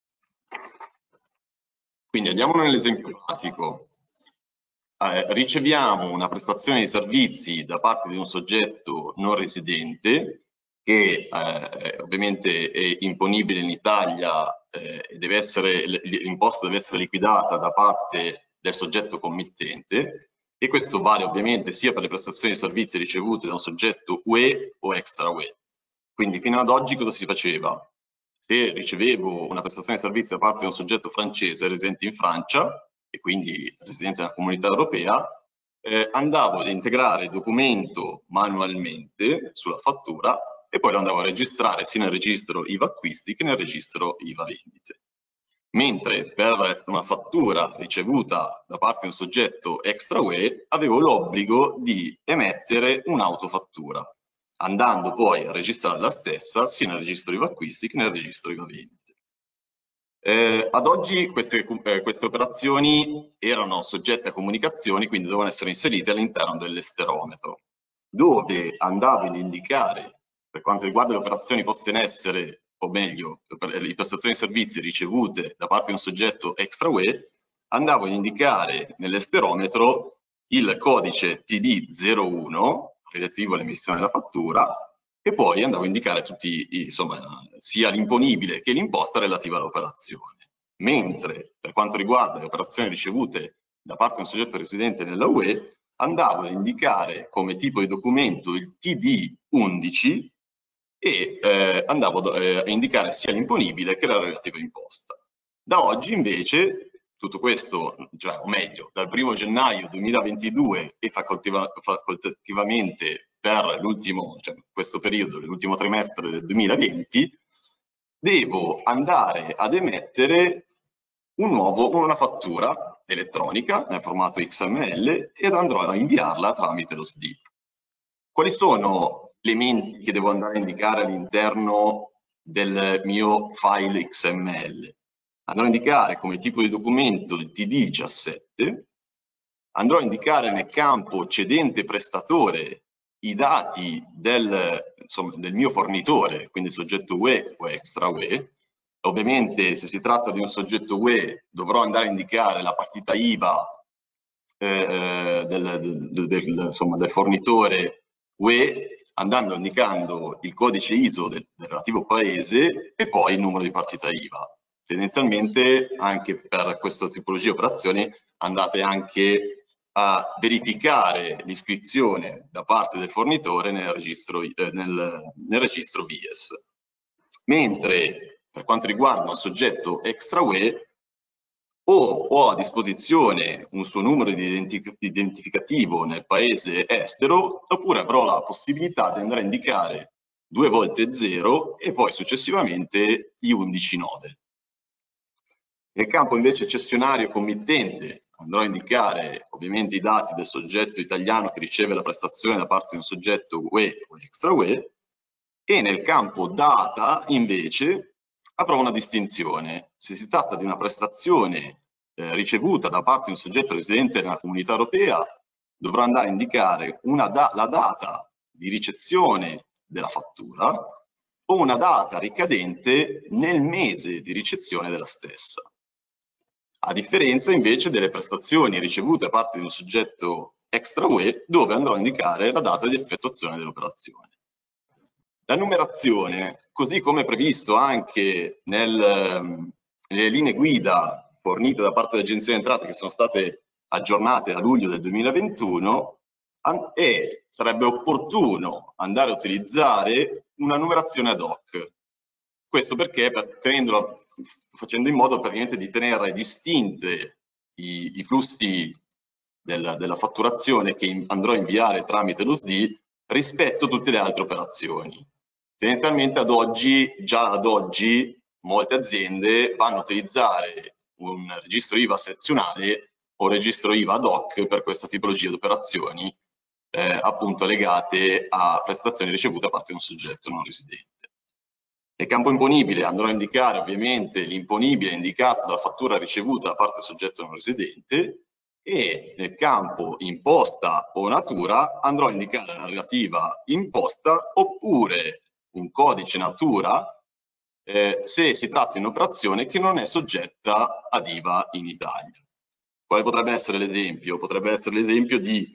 Quindi andiamo nell'esempio pratico. Riceviamo una prestazione di servizi da parte di un soggetto non residente che ovviamente è imponibile in Italia e l'imposta deve essere liquidata da parte del soggetto committente, e questo vale ovviamente sia per le prestazioni di servizi ricevute da un soggetto UE o extra UE. Quindi fino ad oggi cosa si faceva? Se ricevevo una prestazione di servizio da parte di un soggetto francese residente in Francia e quindi residente nella comunità europea, andavo ad integrare il documento manualmente sulla fattura e poi lo andavo a registrare sia nel registro IVA acquisti che nel registro IVA vendite. Mentre per una fattura ricevuta da parte di un soggetto extra UE avevo l'obbligo di emettere un'autofattura, andando poi a registrare la stessa sia nel registro IVA acquisti che nel registro IVA vendite. Ad oggi queste operazioni erano soggette a comunicazioni, quindi dovevano essere inserite all'interno dell'esterometro, dove andavo ad indicare, per quanto riguarda le operazioni poste in essere, o meglio, per le prestazioni di servizi ricevute da parte di un soggetto extra UE, andavo ad indicare nell'esterometro il codice TD01 relativo all'emissione della fattura e poi andavo a indicare tutti, insomma, sia l'imponibile che l'imposta relativa all'operazione. Mentre per quanto riguarda le operazioni ricevute da parte di un soggetto residente nella UE, andavo a indicare come tipo di documento il TD11 e andavo a indicare sia l'imponibile che la relativa imposta. Da oggi invece tutto questo, cioè, o meglio, dal 1° gennaio 2022 e facoltativamente per l'ultimo, cioè questo periodo, l'ultimo trimestre del 2020, devo andare ad emettere una fattura elettronica nel formato XML ed andrò a inviarla tramite lo SDI. Quali sono gli elementi che devo andare a indicare all'interno del mio file XML? Andrò a indicare come tipo di documento il TD17, andrò a indicare nel campo cedente prestatore i dati del mio fornitore, quindi soggetto UE o extra UE. Ovviamente se si tratta di un soggetto UE dovrò andare a indicare la partita IVA del fornitore UE, indicando il codice ISO del relativo paese e poi il numero di partita IVA. Tendenzialmente anche per questa tipologia di operazioni andate anche a verificare l'iscrizione da parte del fornitore nel registro VIES. Mentre per quanto riguarda un soggetto extra UE, ho a disposizione un suo numero di identificativo nel paese estero, oppure avrò la possibilità di andare a indicare 2 volte 0 e poi successivamente gli 11 9. Nel campo invece cessionario committente andrò a indicare ovviamente i dati del soggetto italiano che riceve la prestazione da parte di un soggetto UE o extra UE, e nel campo data invece avrò una distinzione. Se si tratta di una prestazione ricevuta da parte di un soggetto residente nella comunità europea, dovrò andare a indicare la data di ricezione della fattura o una data ricadente nel mese di ricezione della stessa. a differenza invece delle prestazioni ricevute da parte di un soggetto extra UE, dove andrò a indicare la data di effettuazione dell'operazione. La numerazione, così come previsto anche nelle linee guida fornite da parte dell'Agenzia delle Entrate, che sono state aggiornate a luglio del 2021, e sarebbe opportuno andare a utilizzare una numerazione ad hoc. Questo perché facendo in modo praticamente di tenere distinte i flussi della fatturazione che andrò a inviare tramite lo SDI rispetto a tutte le altre operazioni. Tendenzialmente già ad oggi, molte aziende vanno a utilizzare un registro IVA sezionale o registro IVA ad hoc per questa tipologia di operazioni, appunto legate a prestazioni ricevute da parte di un soggetto non residente. Nel campo imponibile andrò a indicare ovviamente l'imponibile indicato dalla fattura ricevuta da parte del soggetto non residente, e nel campo imposta o natura andrò a indicare la relativa imposta oppure un codice natura se si tratta di un'operazione che non è soggetta ad IVA in Italia. Quale potrebbe essere l'esempio? Potrebbe essere l'esempio di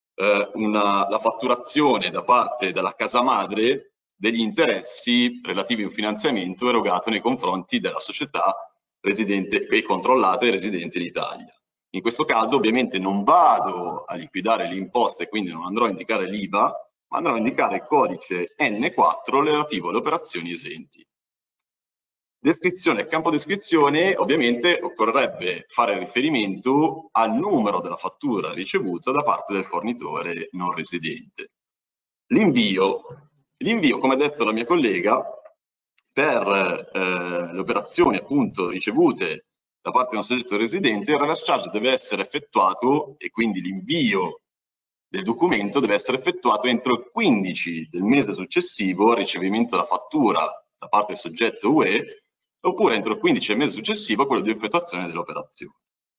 la fatturazione da parte della casa madre degli interessi relativi a un finanziamento erogato nei confronti della società residente e controllata e residente in Italia. In questo caso ovviamente non vado a liquidare l'imposta e quindi non andrò a indicare l'IVA, ma andrò a indicare il codice N4 relativo alle operazioni esenti. Descrizione, campo descrizione, ovviamente occorrerebbe fare riferimento al numero della fattura ricevuta da parte del fornitore non residente. L'invio, come detto dalla mia collega, per le operazioni appunto ricevute da parte di un soggetto residente, il reverse charge deve essere effettuato, e quindi l'invio del documento deve essere effettuato entro il 15 del mese successivo al ricevimento della fattura da parte del soggetto UE, oppure entro il 15 del mese successivo a quello di effettuazione dell'operazione.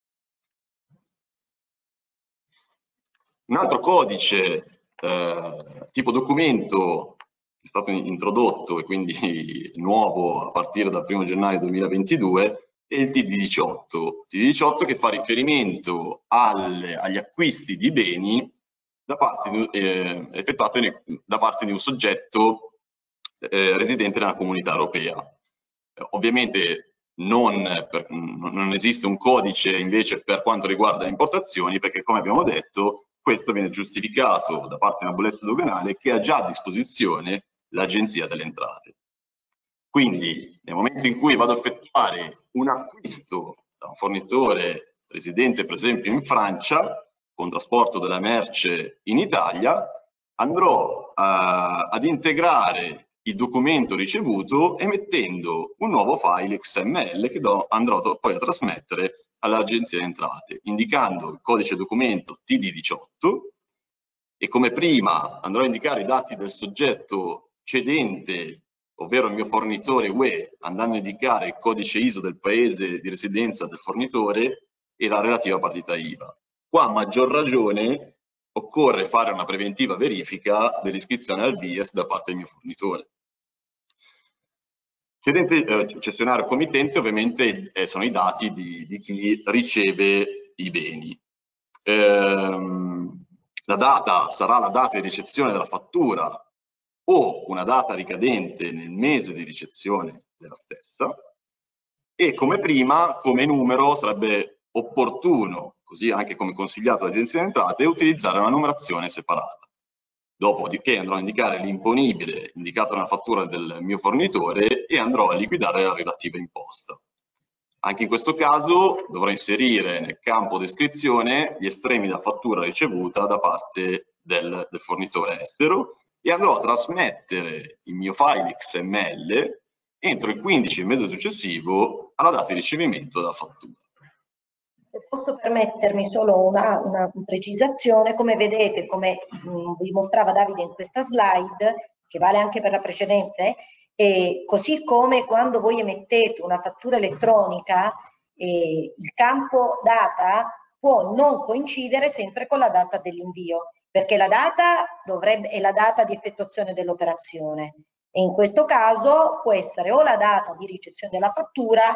Un altro codice tipo documento è stato introdotto e quindi nuovo a partire dal 1° gennaio 2022 è il TD18. TD18 che fa riferimento agli acquisti di beni effettuati da parte di un soggetto residente nella comunità europea. Ovviamente non esiste un codice invece per quanto riguarda le importazioni, perché come abbiamo detto questo viene giustificato da parte della bolletta doganale che ha già a disposizione l'Agenzia delle Entrate. Quindi nel momento in cui vado a effettuare un acquisto da un fornitore residente per esempio in Francia con trasporto della merce in Italia, andrò ad integrare il documento ricevuto emettendo un nuovo file XML che andrò poi a trasmettere all'Agenzia delle Entrate, indicando il codice documento TD18 e come prima andrò a indicare i dati del soggetto cedente, ovvero il mio fornitore UE, andando a indicare il codice ISO del paese di residenza del fornitore e la relativa partita IVA. Qua a maggior ragione occorre fare una preventiva verifica dell'iscrizione al VIES da parte del mio fornitore. Cessionario committente ovviamente sono i dati di chi riceve i beni. La data sarà la data di ricezione della fattura o una data ricadente nel mese di ricezione della stessa, e come prima, come numero, sarebbe opportuno, così anche come consigliato dall'Agenzia delle Entrate, utilizzare una numerazione separata. Dopodiché andrò a indicare l'imponibile indicato nella fattura del mio fornitore e andrò a liquidare la relativa imposta. Anche in questo caso dovrò inserire nel campo descrizione gli estremi della fattura ricevuta da parte del fornitore estero e andrò a trasmettere il mio file XML entro il 15 del mese successivo alla data di ricevimento della fattura. Se posso permettermi solo una precisazione, come vedete, come vi mostrava Davide in questa slide, che vale anche per la precedente, così come quando voi emettete una fattura elettronica, il campo data può non coincidere sempre con la data dell'invio, perché la data è la data di effettuazione dell'operazione e in questo caso può essere o la data di ricezione della fattura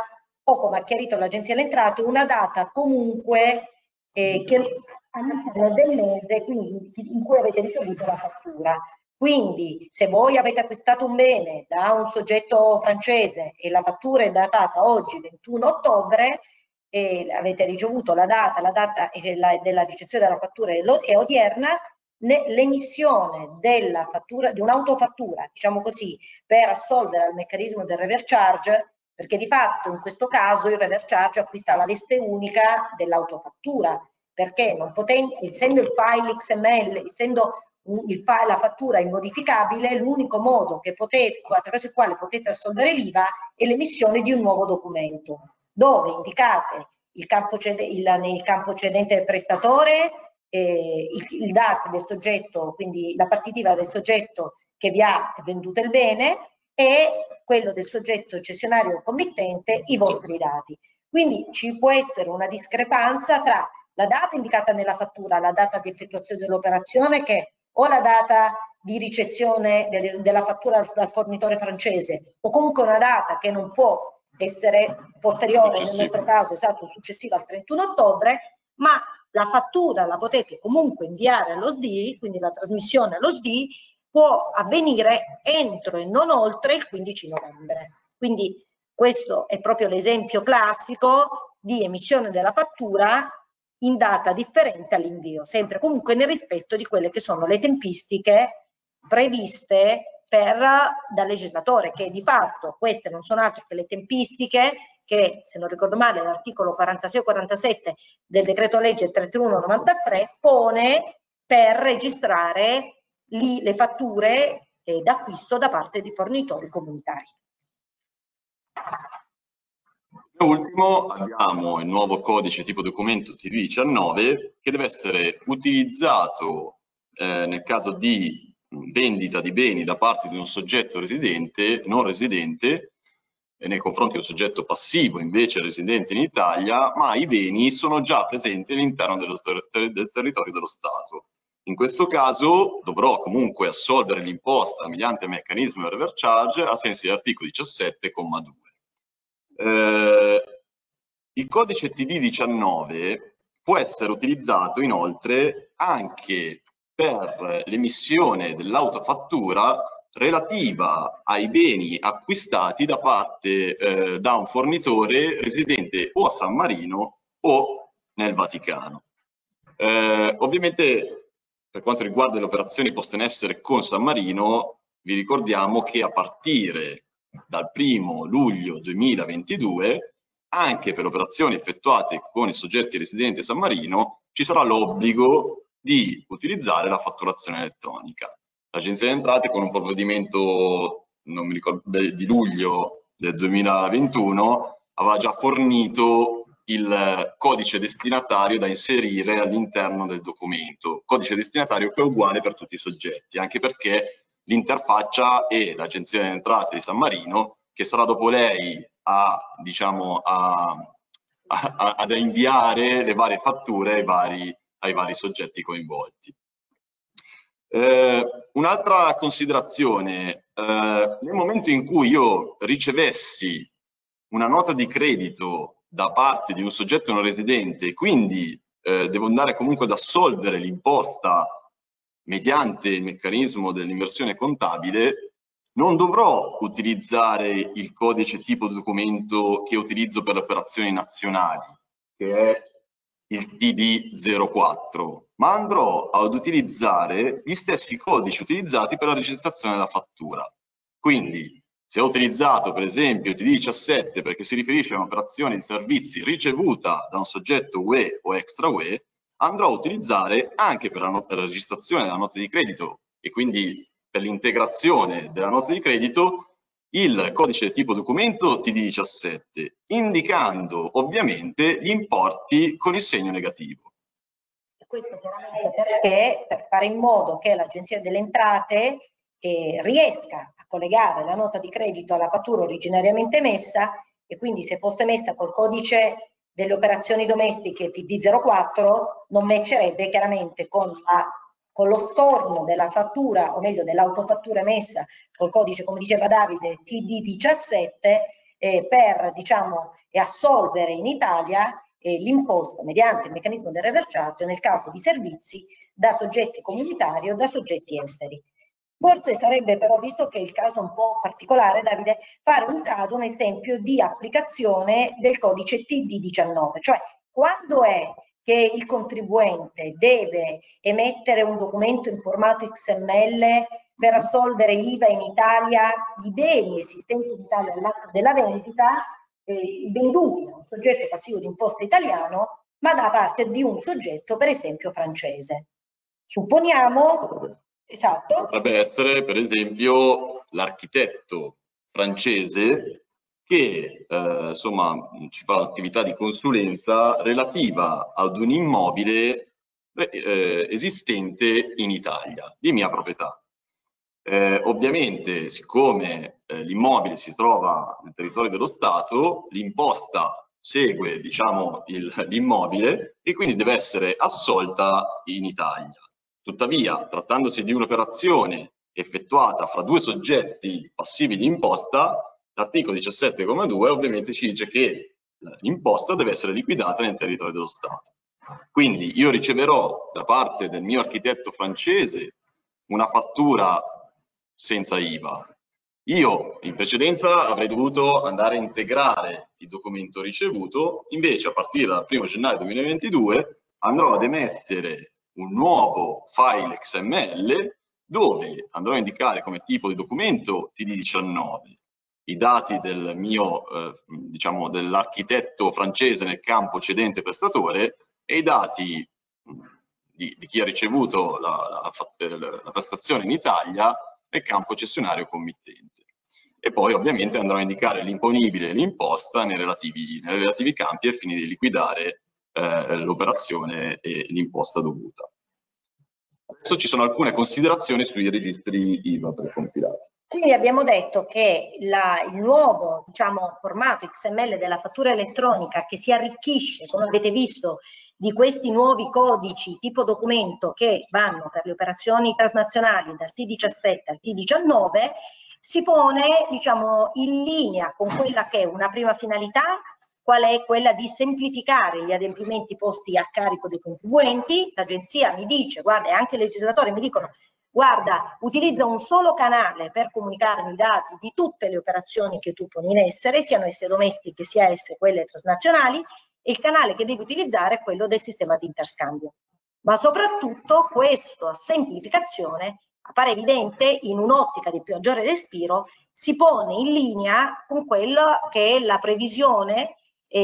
o, come ha chiarito l'Agenzia delle Entrate, una data comunque che all'interno del mese quindi, in cui avete ricevuto la fattura. Quindi se voi avete acquistato un bene da un soggetto francese e la fattura è datata oggi 21 ottobre e avete ricevuto la data della ricezione della fattura è odierna, l'emissione della fattura, di un'autofattura, diciamo così, per assolvere al meccanismo del reverse charge, perché di fatto in questo caso il reverse charge acquista la veste unica dell'autofattura, perché non potendo, essendo il file XML, essendo la fattura immodificabile, l'unico modo che attraverso il quale potete assolvere l'IVA è l'emissione di un nuovo documento, dove indicate nel campo cedente del prestatore il DAT del soggetto, quindi la partitiva del soggetto che vi ha venduto il bene, e quello del soggetto cessionario committente, i vostri dati. Quindi ci può essere una discrepanza tra la data indicata nella fattura, la data di effettuazione dell'operazione, che o la data di ricezione della fattura dal fornitore francese, o comunque una data che non può essere posteriore, nel nostro caso esatto, successiva al 31 ottobre, ma la fattura la potete comunque inviare allo SDI, quindi la trasmissione allo SDI può avvenire entro e non oltre il 15 novembre. Quindi questo è proprio l'esempio classico di emissione della fattura in data differente all'invio, sempre comunque nel rispetto di quelle che sono le tempistiche previste dal legislatore, che di fatto queste non sono altro che le tempistiche che, se non ricordo male, l'articolo 46 o 47 del decreto legge 3193 pone per registrare le fatture d'acquisto da parte di fornitori comunitari. Da ultimo abbiamo il nuovo codice tipo documento TD19 che deve essere utilizzato nel caso di vendita di beni da parte di un soggetto residente, non residente, nei confronti di un soggetto passivo invece residente in Italia, ma i beni sono già presenti all'interno del territorio dello Stato. In questo caso dovrò comunque assolvere l'imposta mediante il meccanismo del reverse charge a sensi dell'articolo 17,2. Il codice TD19 può essere utilizzato inoltre anche per l'emissione dell'autofattura relativa ai beni acquistati da parte da un fornitore residente o a San Marino o nel Vaticano. Ovviamente per quanto riguarda le operazioni poste in essere con San Marino, vi ricordiamo che a partire dal 1° luglio 2022 anche per operazioni effettuate con i soggetti residenti a San Marino ci sarà l'obbligo di utilizzare la fatturazione elettronica. L'Agenzia delle Entrate con un provvedimento, non mi ricordo, di luglio del 2021 aveva già fornito il codice destinatario da inserire all'interno del documento, codice destinatario che è uguale per tutti i soggetti, anche perché l'interfaccia è l'Agenzia delle Entrate di San Marino, che sarà dopo lei diciamo, ad inviare le varie fatture ai vari soggetti coinvolti. Un'altra considerazione, nel momento in cui io ricevessi una nota di credito da parte di un soggetto non residente e quindi devo andare comunque ad assolvere l'imposta mediante il meccanismo dell'inversione contabile, non dovrò utilizzare il codice tipo documento che utilizzo per le operazioni nazionali, che è il TD04, ma andrò ad utilizzare gli stessi codici utilizzati per la registrazione della fattura. Quindi, se ho utilizzato per esempio il TD17 perché si riferisce a un'operazione di servizi ricevuta da un soggetto UE o extra UE, andrò a utilizzare anche per la registrazione della nota di credito e quindi per l'integrazione della nota di credito il codice tipo documento TD17, indicando ovviamente gli importi con il segno negativo. Questo chiaramente perché per fare in modo che l'Agenzia delle Entrate riesca a collegare la nota di credito alla fattura originariamente emessa, e quindi se fosse messa col codice delle operazioni domestiche TD04 non matcherebbe chiaramente con lo storno della fattura, o meglio dell'autofattura emessa col codice, come diceva Davide, TD17, per, diciamo, assolvere in Italia l'imposta mediante il meccanismo del reverse charge nel caso di servizi da soggetti comunitari o da soggetti esteri. Forse sarebbe però, visto che il caso è un po' particolare, Davide, fare un esempio di applicazione del codice TD19, cioè quando è che il contribuente deve emettere un documento in formato XML per assolvere l'IVA in Italia di beni esistenti in Italia all'atto della vendita, venduti da un soggetto passivo di imposta italiano, ma da parte di un soggetto, per esempio, francese. Supponiamo, esatto. Potrebbe essere, per esempio, l'architetto francese che insomma ci fa attività di consulenza relativa ad un immobile esistente in Italia, di mia proprietà. Ovviamente, siccome l'immobile si trova nel territorio dello Stato, l'imposta segue, diciamo, l'immobile e quindi deve essere assolta in Italia. Tuttavia, trattandosi di un'operazione effettuata fra due soggetti passivi di imposta, l'articolo 17,2 ovviamente ci dice che l'imposta deve essere liquidata nel territorio dello Stato. Quindi io riceverò da parte del mio architetto francese una fattura senza IVA. Io in precedenza avrei dovuto andare a integrare il documento ricevuto, invece a partire dal 1° gennaio 2022 andrò ad emettere un nuovo file XML dove andrò a indicare come tipo di documento TD19 i dati del mio, diciamo, dell'architetto francese nel campo cedente prestatore e i dati di chi ha ricevuto la prestazione in Italia nel campo cessionario committente. E poi ovviamente andrò a indicare l'imponibile e l'imposta nei relativi campi al fine di liquidare l'operazione e l'imposta dovuta. Adesso ci sono alcune considerazioni sui registri IVA precompilati. Quindi abbiamo detto che il nuovo, diciamo, formato XML della fattura elettronica che si arricchisce, come avete visto, di questi nuovi codici tipo documento che vanno per le operazioni transnazionali dal T17 al T19, si pone, diciamo, in linea con quella che è una prima finalità, qual è quella di semplificare gli adempimenti posti a carico dei contribuenti. L'agenzia mi dice, guarda, e anche i legislatori mi dicono, guarda, utilizza un solo canale per comunicarmi i dati di tutte le operazioni che tu poni in essere, siano esse domestiche sia esse quelle transnazionali, e il canale che devi utilizzare è quello del sistema di interscambio. Ma soprattutto questa semplificazione, appare evidente in un'ottica di più maggiore respiro, si pone in linea con quella che è la previsione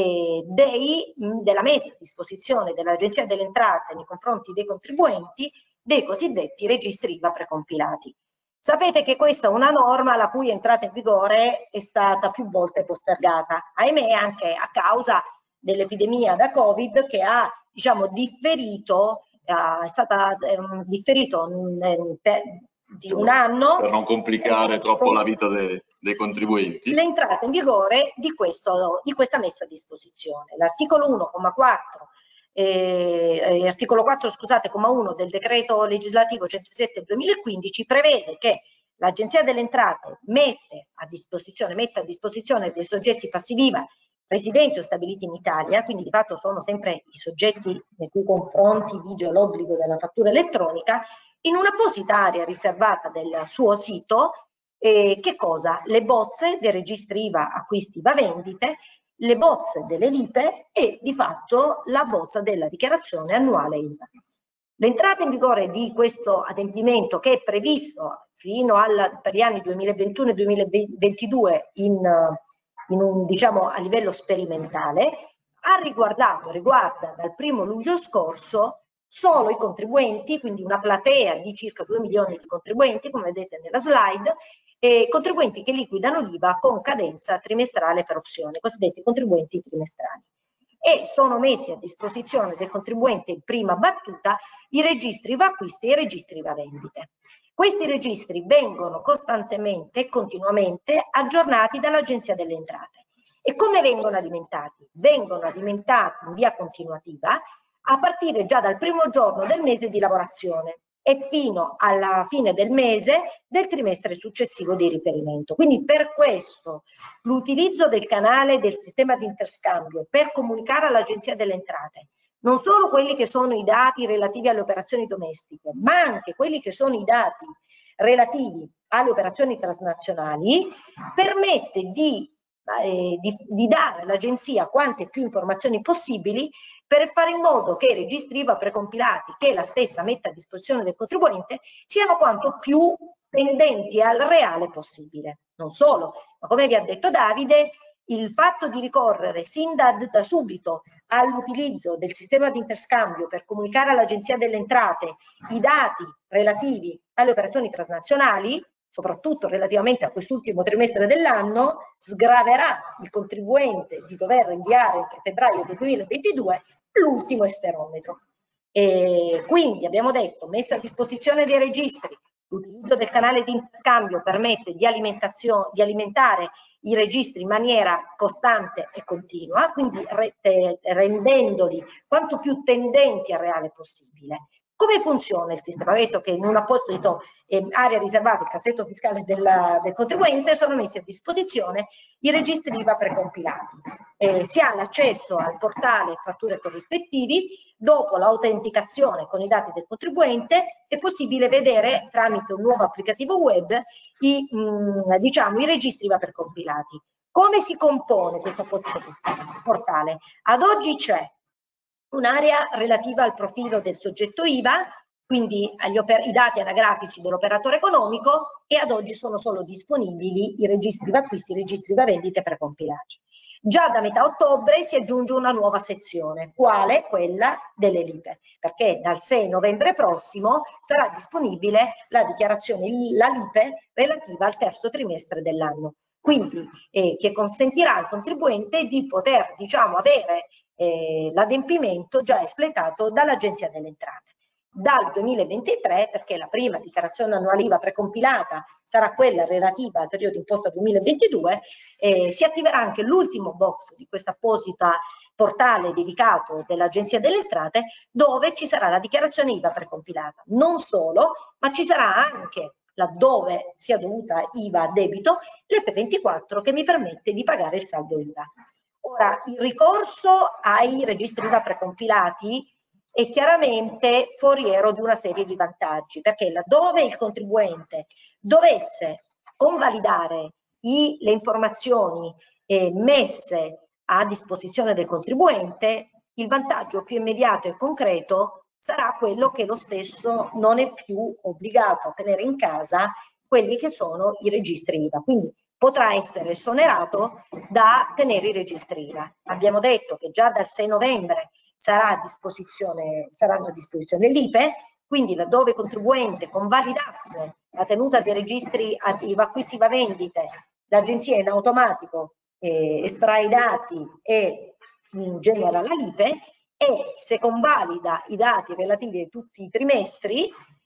della messa a disposizione dell'Agenzia delle Entrate nei confronti dei contribuenti dei cosiddetti registri IVA precompilati. Sapete che questa è una norma la cui entrata in vigore è stata più volte postergata, ahimè anche a causa dell'epidemia da Covid che ha, diciamo, differito, è stata differito di un anno. Per non complicare troppo la vita dei contribuenti. L'entrata in vigore di questa messa a disposizione. L'articolo 1,4 articolo 4, scusate, comma 1 del decreto legislativo 107 del 2015 prevede che l'Agenzia delle Entrate mette a disposizione dei soggetti passivi IVA residenti o stabiliti in Italia, quindi di fatto sono sempre i soggetti nei cui confronti vige l'obbligo della fattura elettronica, in un'apposita area riservata del suo sito, che cosa? Le bozze dei registri IVA acquisti IVA vendite, le bozze delle LIPE e di fatto la bozza della dichiarazione annuale IVA. L'entrata in vigore di questo adempimento, che è previsto fino per gli anni 2021 e 2022 diciamo, a livello sperimentale, riguarda dal 1° luglio scorso solo i contribuenti, quindi una platea di circa 2 milioni di contribuenti, come vedete nella slide, contribuenti che liquidano l'IVA con cadenza trimestrale per opzione, cosiddetti contribuenti trimestrali. E sono messi a disposizione del contribuente in prima battuta i registri IVA acquisti e i registri IVA vendite. Questi registri vengono costantemente e continuamente aggiornati dall'Agenzia delle Entrate. E come vengono alimentati? Vengono alimentati in via continuativa a partire già dal primo giorno del mese di lavorazione. e fino alla fine del mese del trimestre successivo di riferimento. Quindi per questo l'utilizzo del canale del sistema di interscambio per comunicare all'Agenzia delle Entrate non solo quelli che sono i dati relativi alle operazioni domestiche, ma anche quelli che sono i dati relativi alle operazioni transnazionali, permette di dare all'Agenzia quante più informazioni possibili per fare in modo che i registri IVA precompilati che la stessa mette a disposizione del contribuente siano quanto più tendenti al reale possibile. Non solo, ma come vi ha detto Davide, il fatto di ricorrere sin da subito all'utilizzo del sistema di interscambio per comunicare all'Agenzia delle Entrate i dati relativi alle operazioni transnazionali, soprattutto relativamente a quest'ultimo trimestre dell'anno, sgraverà il contribuente di dover inviare entro febbraio del 2022 l'ultimo esterometro. E quindi abbiamo detto, messa a disposizione dei registri, l'utilizzo del canale di interscambio permette di alimentare i registri in maniera costante e continua, quindi rendendoli quanto più tendenti al reale possibile. Come funziona il sistema? Ho detto che in un apposito area riservata, il cassetto fiscale del contribuente, sono messi a disposizione i registri IVA precompilati. Si ha l'accesso al portale fatture corrispettivi. Dopo l'autenticazione con i dati del contribuente è possibile vedere tramite un nuovo applicativo web i registri IVA precompilati. Come si compone questo apposito portale? Ad oggi c'è un'area relativa al profilo del soggetto IVA, quindi i dati anagrafici dell'operatore economico, e ad oggi sono solo disponibili i registri IVA acquisti, i registri IVA vendite precompilati. Già da metà ottobre si aggiunge una nuova sezione, quale? Quella delle LIPE, perché dal 6 novembre prossimo sarà disponibile la dichiarazione, la LIPE relativa al terzo trimestre dell'anno. Quindi che consentirà al contribuente di poter, avere l'adempimento già espletato dall'Agenzia delle Entrate. Dal 2023, perché la prima dichiarazione annuale IVA precompilata sarà quella relativa al periodo d'imposta 2022, si attiverà anche l'ultimo box di questa apposita portale dedicato dell'Agenzia delle Entrate, dove ci sarà la dichiarazione IVA precompilata. Non solo, ma ci sarà anche, laddove sia dovuta IVA a debito, l'F24 che mi permette di pagare il saldo IVA. Ora, il ricorso ai registri IVA precompilati è chiaramente foriero di una serie di vantaggi, perché laddove il contribuente dovesse convalidare le informazioni messe a disposizione del contribuente, il vantaggio più immediato e concreto sarà quello che lo stesso non è più obbligato a tenere in casa quelli che sono i registri IVA. Quindi potrà essere esonerato da tenere i registri IVA. Abbiamo detto che già dal 6 novembre saranno a disposizione l'IPE, quindi laddove il contribuente convalidasse la tenuta dei registri IVA acquisti IVA vendite, l'agenzia in automatico estrae i dati e genera la LIPE, e se convalida i dati relativi a tutti i trimestri,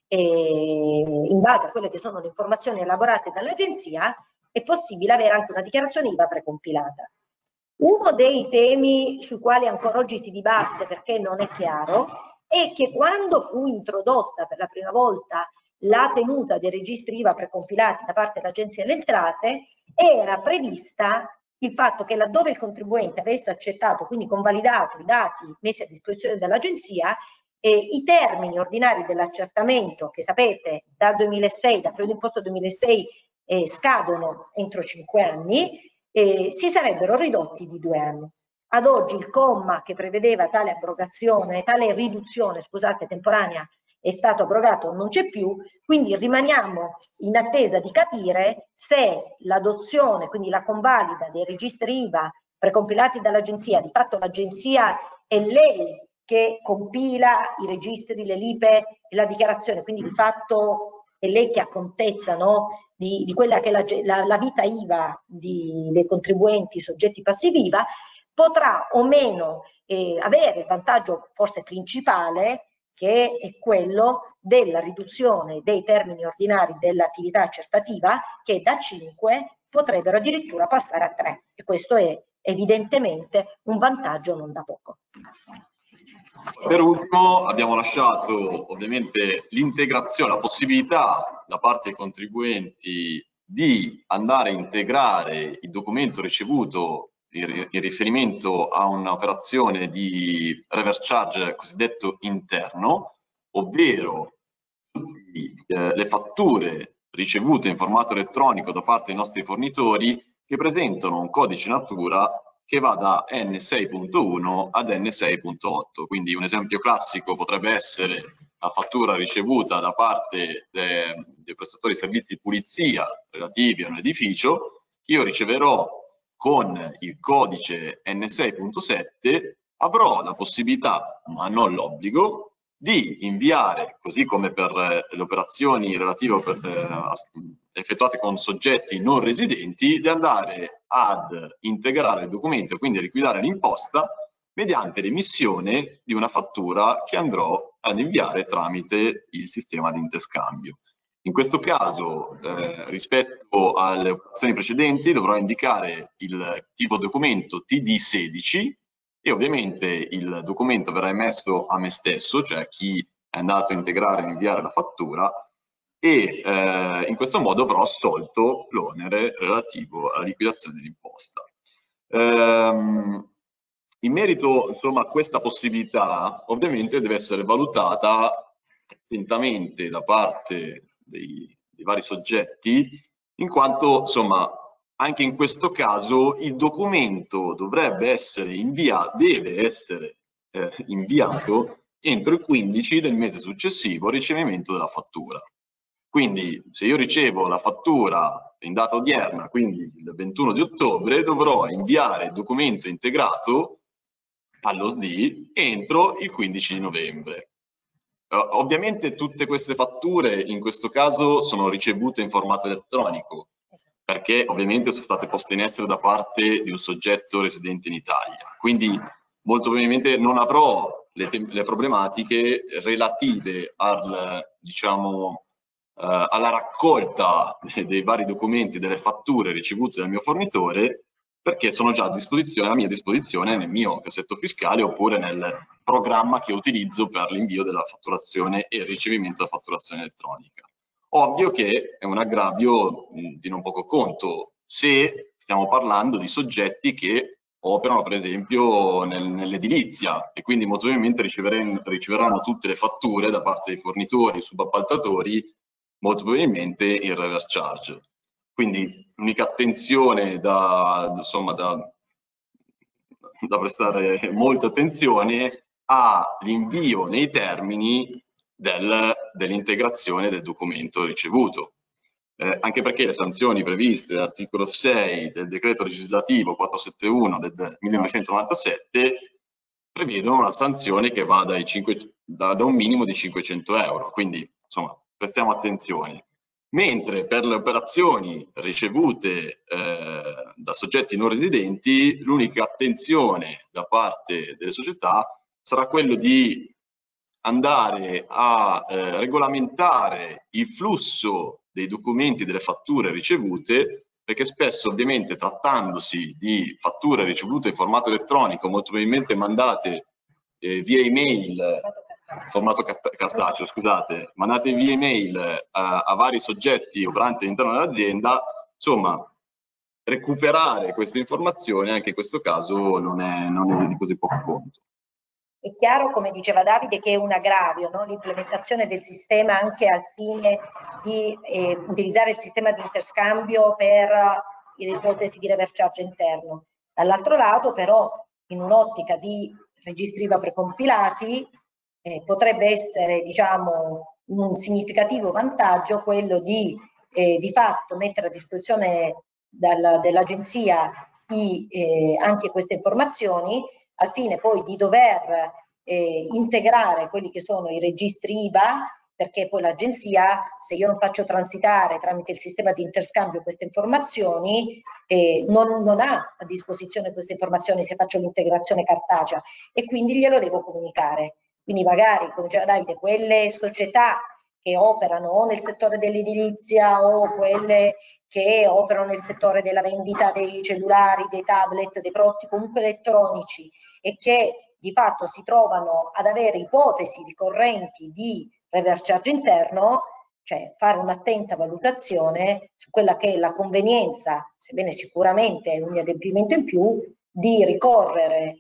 in base a quelle che sono le informazioni elaborate dall'agenzia, è possibile avere anche una dichiarazione IVA precompilata. Uno dei temi sui quali ancora oggi si dibatte, perché non è chiaro, è che quando fu introdotta per la prima volta la tenuta dei registri IVA precompilati da parte dell'Agenzia delle Entrate, era prevista il fatto che laddove il contribuente avesse accettato, quindi convalidato i dati messi a disposizione dall'Agenzia, i termini ordinari dell'accertamento, che sapete dal 2006, dal periodo d'imposta 2006, scadono entro 5 anni, si sarebbero ridotti di 2 anni. Ad oggi il comma che prevedeva tale riduzione, temporanea, è stato abrogato, non c'è più, quindi rimaniamo in attesa di capire se l'adozione, quindi la convalida dei registri IVA precompilati dall'agenzia, di fatto l'agenzia è lei che compila i registri, le LIPE e la dichiarazione, quindi di fatto è lei che accontezza, no, di quella che è la vita IVA dei contribuenti soggetti passivi IVA, potrà o meno avere il vantaggio forse principale, che è quello della riduzione dei termini ordinari dell'attività accertativa, che da 5 potrebbero addirittura passare a 3, e questo è evidentemente un vantaggio non da poco. Per ultimo abbiamo lasciato ovviamente l'integrazione, la possibilità da parte dei contribuenti di andare a integrare il documento ricevuto in riferimento a un'operazione di reverse charge cosiddetto interno, ovvero le fatture ricevute in formato elettronico da parte dei nostri fornitori che presentano un codice natura che va da N6.1 ad N6.8. Quindi un esempio classico potrebbe essere la fattura ricevuta da parte dei prestatori di servizi di pulizia relativi a un edificio. Io riceverò con il codice N6.7, avrò la possibilità, ma non l'obbligo, di inviare, così come per le operazioni relative effettuate con soggetti non residenti, di andare ad integrare il documento e quindi a liquidare l'imposta mediante l'emissione di una fattura che andrò ad inviare tramite il sistema di interscambio. In questo caso, rispetto alle operazioni precedenti, dovrò indicare il tipo documento TD16 e ovviamente il documento verrà emesso a me stesso, cioè a chi è andato a integrare e inviare la fattura, e in questo modo avrò assolto l'onere relativo alla liquidazione dell'imposta. In merito insomma, a questa possibilità, ovviamente deve essere valutata attentamente da parte dei vari soggetti, in quanto insomma anche in questo caso il documento deve essere inviato entro il 15 del mese successivo al ricevimento della fattura. Quindi se io ricevo la fattura in data odierna, quindi il 21 di ottobre, dovrò inviare il documento integrato all'OD entro il 15 di novembre. Ovviamente tutte queste fatture in questo caso sono ricevute in formato elettronico, perché ovviamente sono state poste in essere da parte di un soggetto residente in Italia. Quindi molto probabilmente non avrò le problematiche relative al, diciamo, alla raccolta dei vari documenti, delle fatture ricevute dal mio fornitore, perché sono già a mia disposizione nel mio cassetto fiscale oppure nel programma che utilizzo per l'invio della fatturazione e il ricevimento della fatturazione elettronica. Ovvio che è un aggravio di non poco conto se stiamo parlando di soggetti che operano per esempio nell'edilizia e quindi molto probabilmente riceveranno tutte le fatture da parte dei fornitori e subappaltatori, molto probabilmente il reverse charge. Quindi l'unica attenzione da prestare molta attenzione all'invio nei termini dell'integrazione del documento ricevuto. Anche perché le sanzioni previste dall'articolo 6 del decreto legislativo 471 del 1997 prevedono una sanzione che va da un minimo di 500 euro, quindi insomma prestiamo attenzione. Mentre per le operazioni ricevute da soggetti non residenti, l'unica attenzione da parte delle società sarà quello di andare a regolamentare il flusso dei documenti delle fatture ricevute, perché spesso ovviamente trattandosi di fatture ricevute in formato elettronico, molto probabilmente mandate via email, formato cartaceo, scusate, mandate via email a vari soggetti operanti all'interno dell'azienda, insomma, recuperare queste informazioni anche in questo caso non è di così poco conto. È chiaro, come diceva Davide, che è un aggravio, no? L'implementazione del sistema anche al fine di utilizzare il sistema di interscambio per l'ipotesi di reverse charge interno. Dall'altro lato, però, in un'ottica di registri IVA precompilati, potrebbe essere, diciamo, un significativo vantaggio quello di fatto mettere a disposizione dell'agenzia anche queste informazioni, al fine poi di dover integrare quelli che sono i registri IVA, perché poi l'agenzia, se io non faccio transitare tramite il sistema di interscambio queste informazioni, non ha a disposizione queste informazioni se faccio l'integrazione cartacea e quindi glielo devo comunicare. Quindi magari, come diceva Davide, quelle società che operano o nel settore dell'edilizia o quelle che operano nel settore della vendita dei cellulari, dei tablet, dei prodotti comunque elettronici e che di fatto si trovano ad avere ipotesi ricorrenti di reverse charge interno, cioè fare un'attenta valutazione su quella che è la convenienza, sebbene sicuramente è un adempimento in più, di ricorrere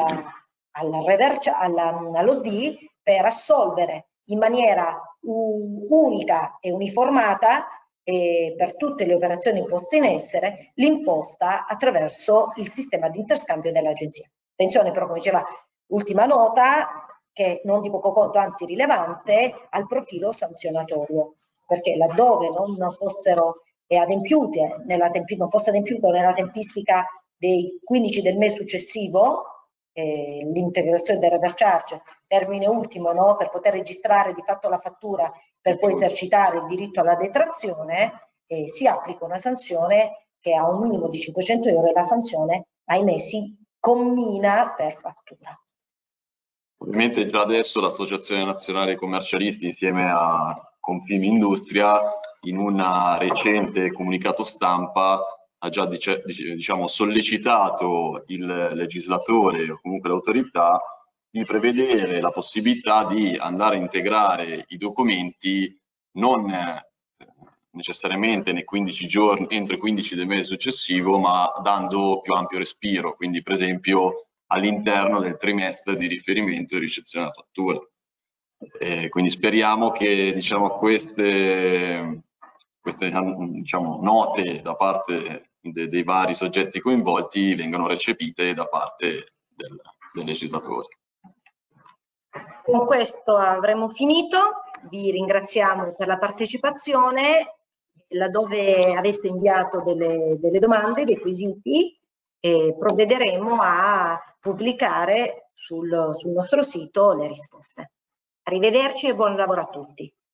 allo SDI per assolvere in maniera unica e uniformata per tutte le operazioni poste in essere l'imposta attraverso il sistema di interscambio dell'agenzia. Attenzione però, come diceva ultima nota, che non di poco conto, anzi rilevante, al profilo sanzionatorio, perché laddove non fossero adempiute, non fosse adempiuto nella tempistica dei 15 del mese successivo, l'integrazione del reverse charge, termine ultimo, no, per poter registrare di fatto la fattura per poi esercitare il diritto alla detrazione, si applica una sanzione che ha un minimo di 500 euro e la sanzione, ahimè, si commina per fattura. Ovviamente già adesso l'Associazione Nazionale Commercialisti insieme a Confimindustria in un recente comunicato stampa ha già diciamo, sollecitato il legislatore o comunque l'autorità di prevedere la possibilità di andare a integrare i documenti non necessariamente nei 15 giorni, entro i 15 del mese successivo, ma dando più ampio respiro, quindi per esempio all'interno del trimestre di riferimento e ricezione della fattura. Quindi speriamo che diciamo, queste diciamo, note da parte dei vari soggetti coinvolti vengano recepite da parte del legislatore. Con questo avremo finito, vi ringraziamo per la partecipazione, laddove aveste inviato delle domande, dei quesiti, provvederemo a pubblicare sul nostro sito le risposte. Arrivederci e buon lavoro a tutti.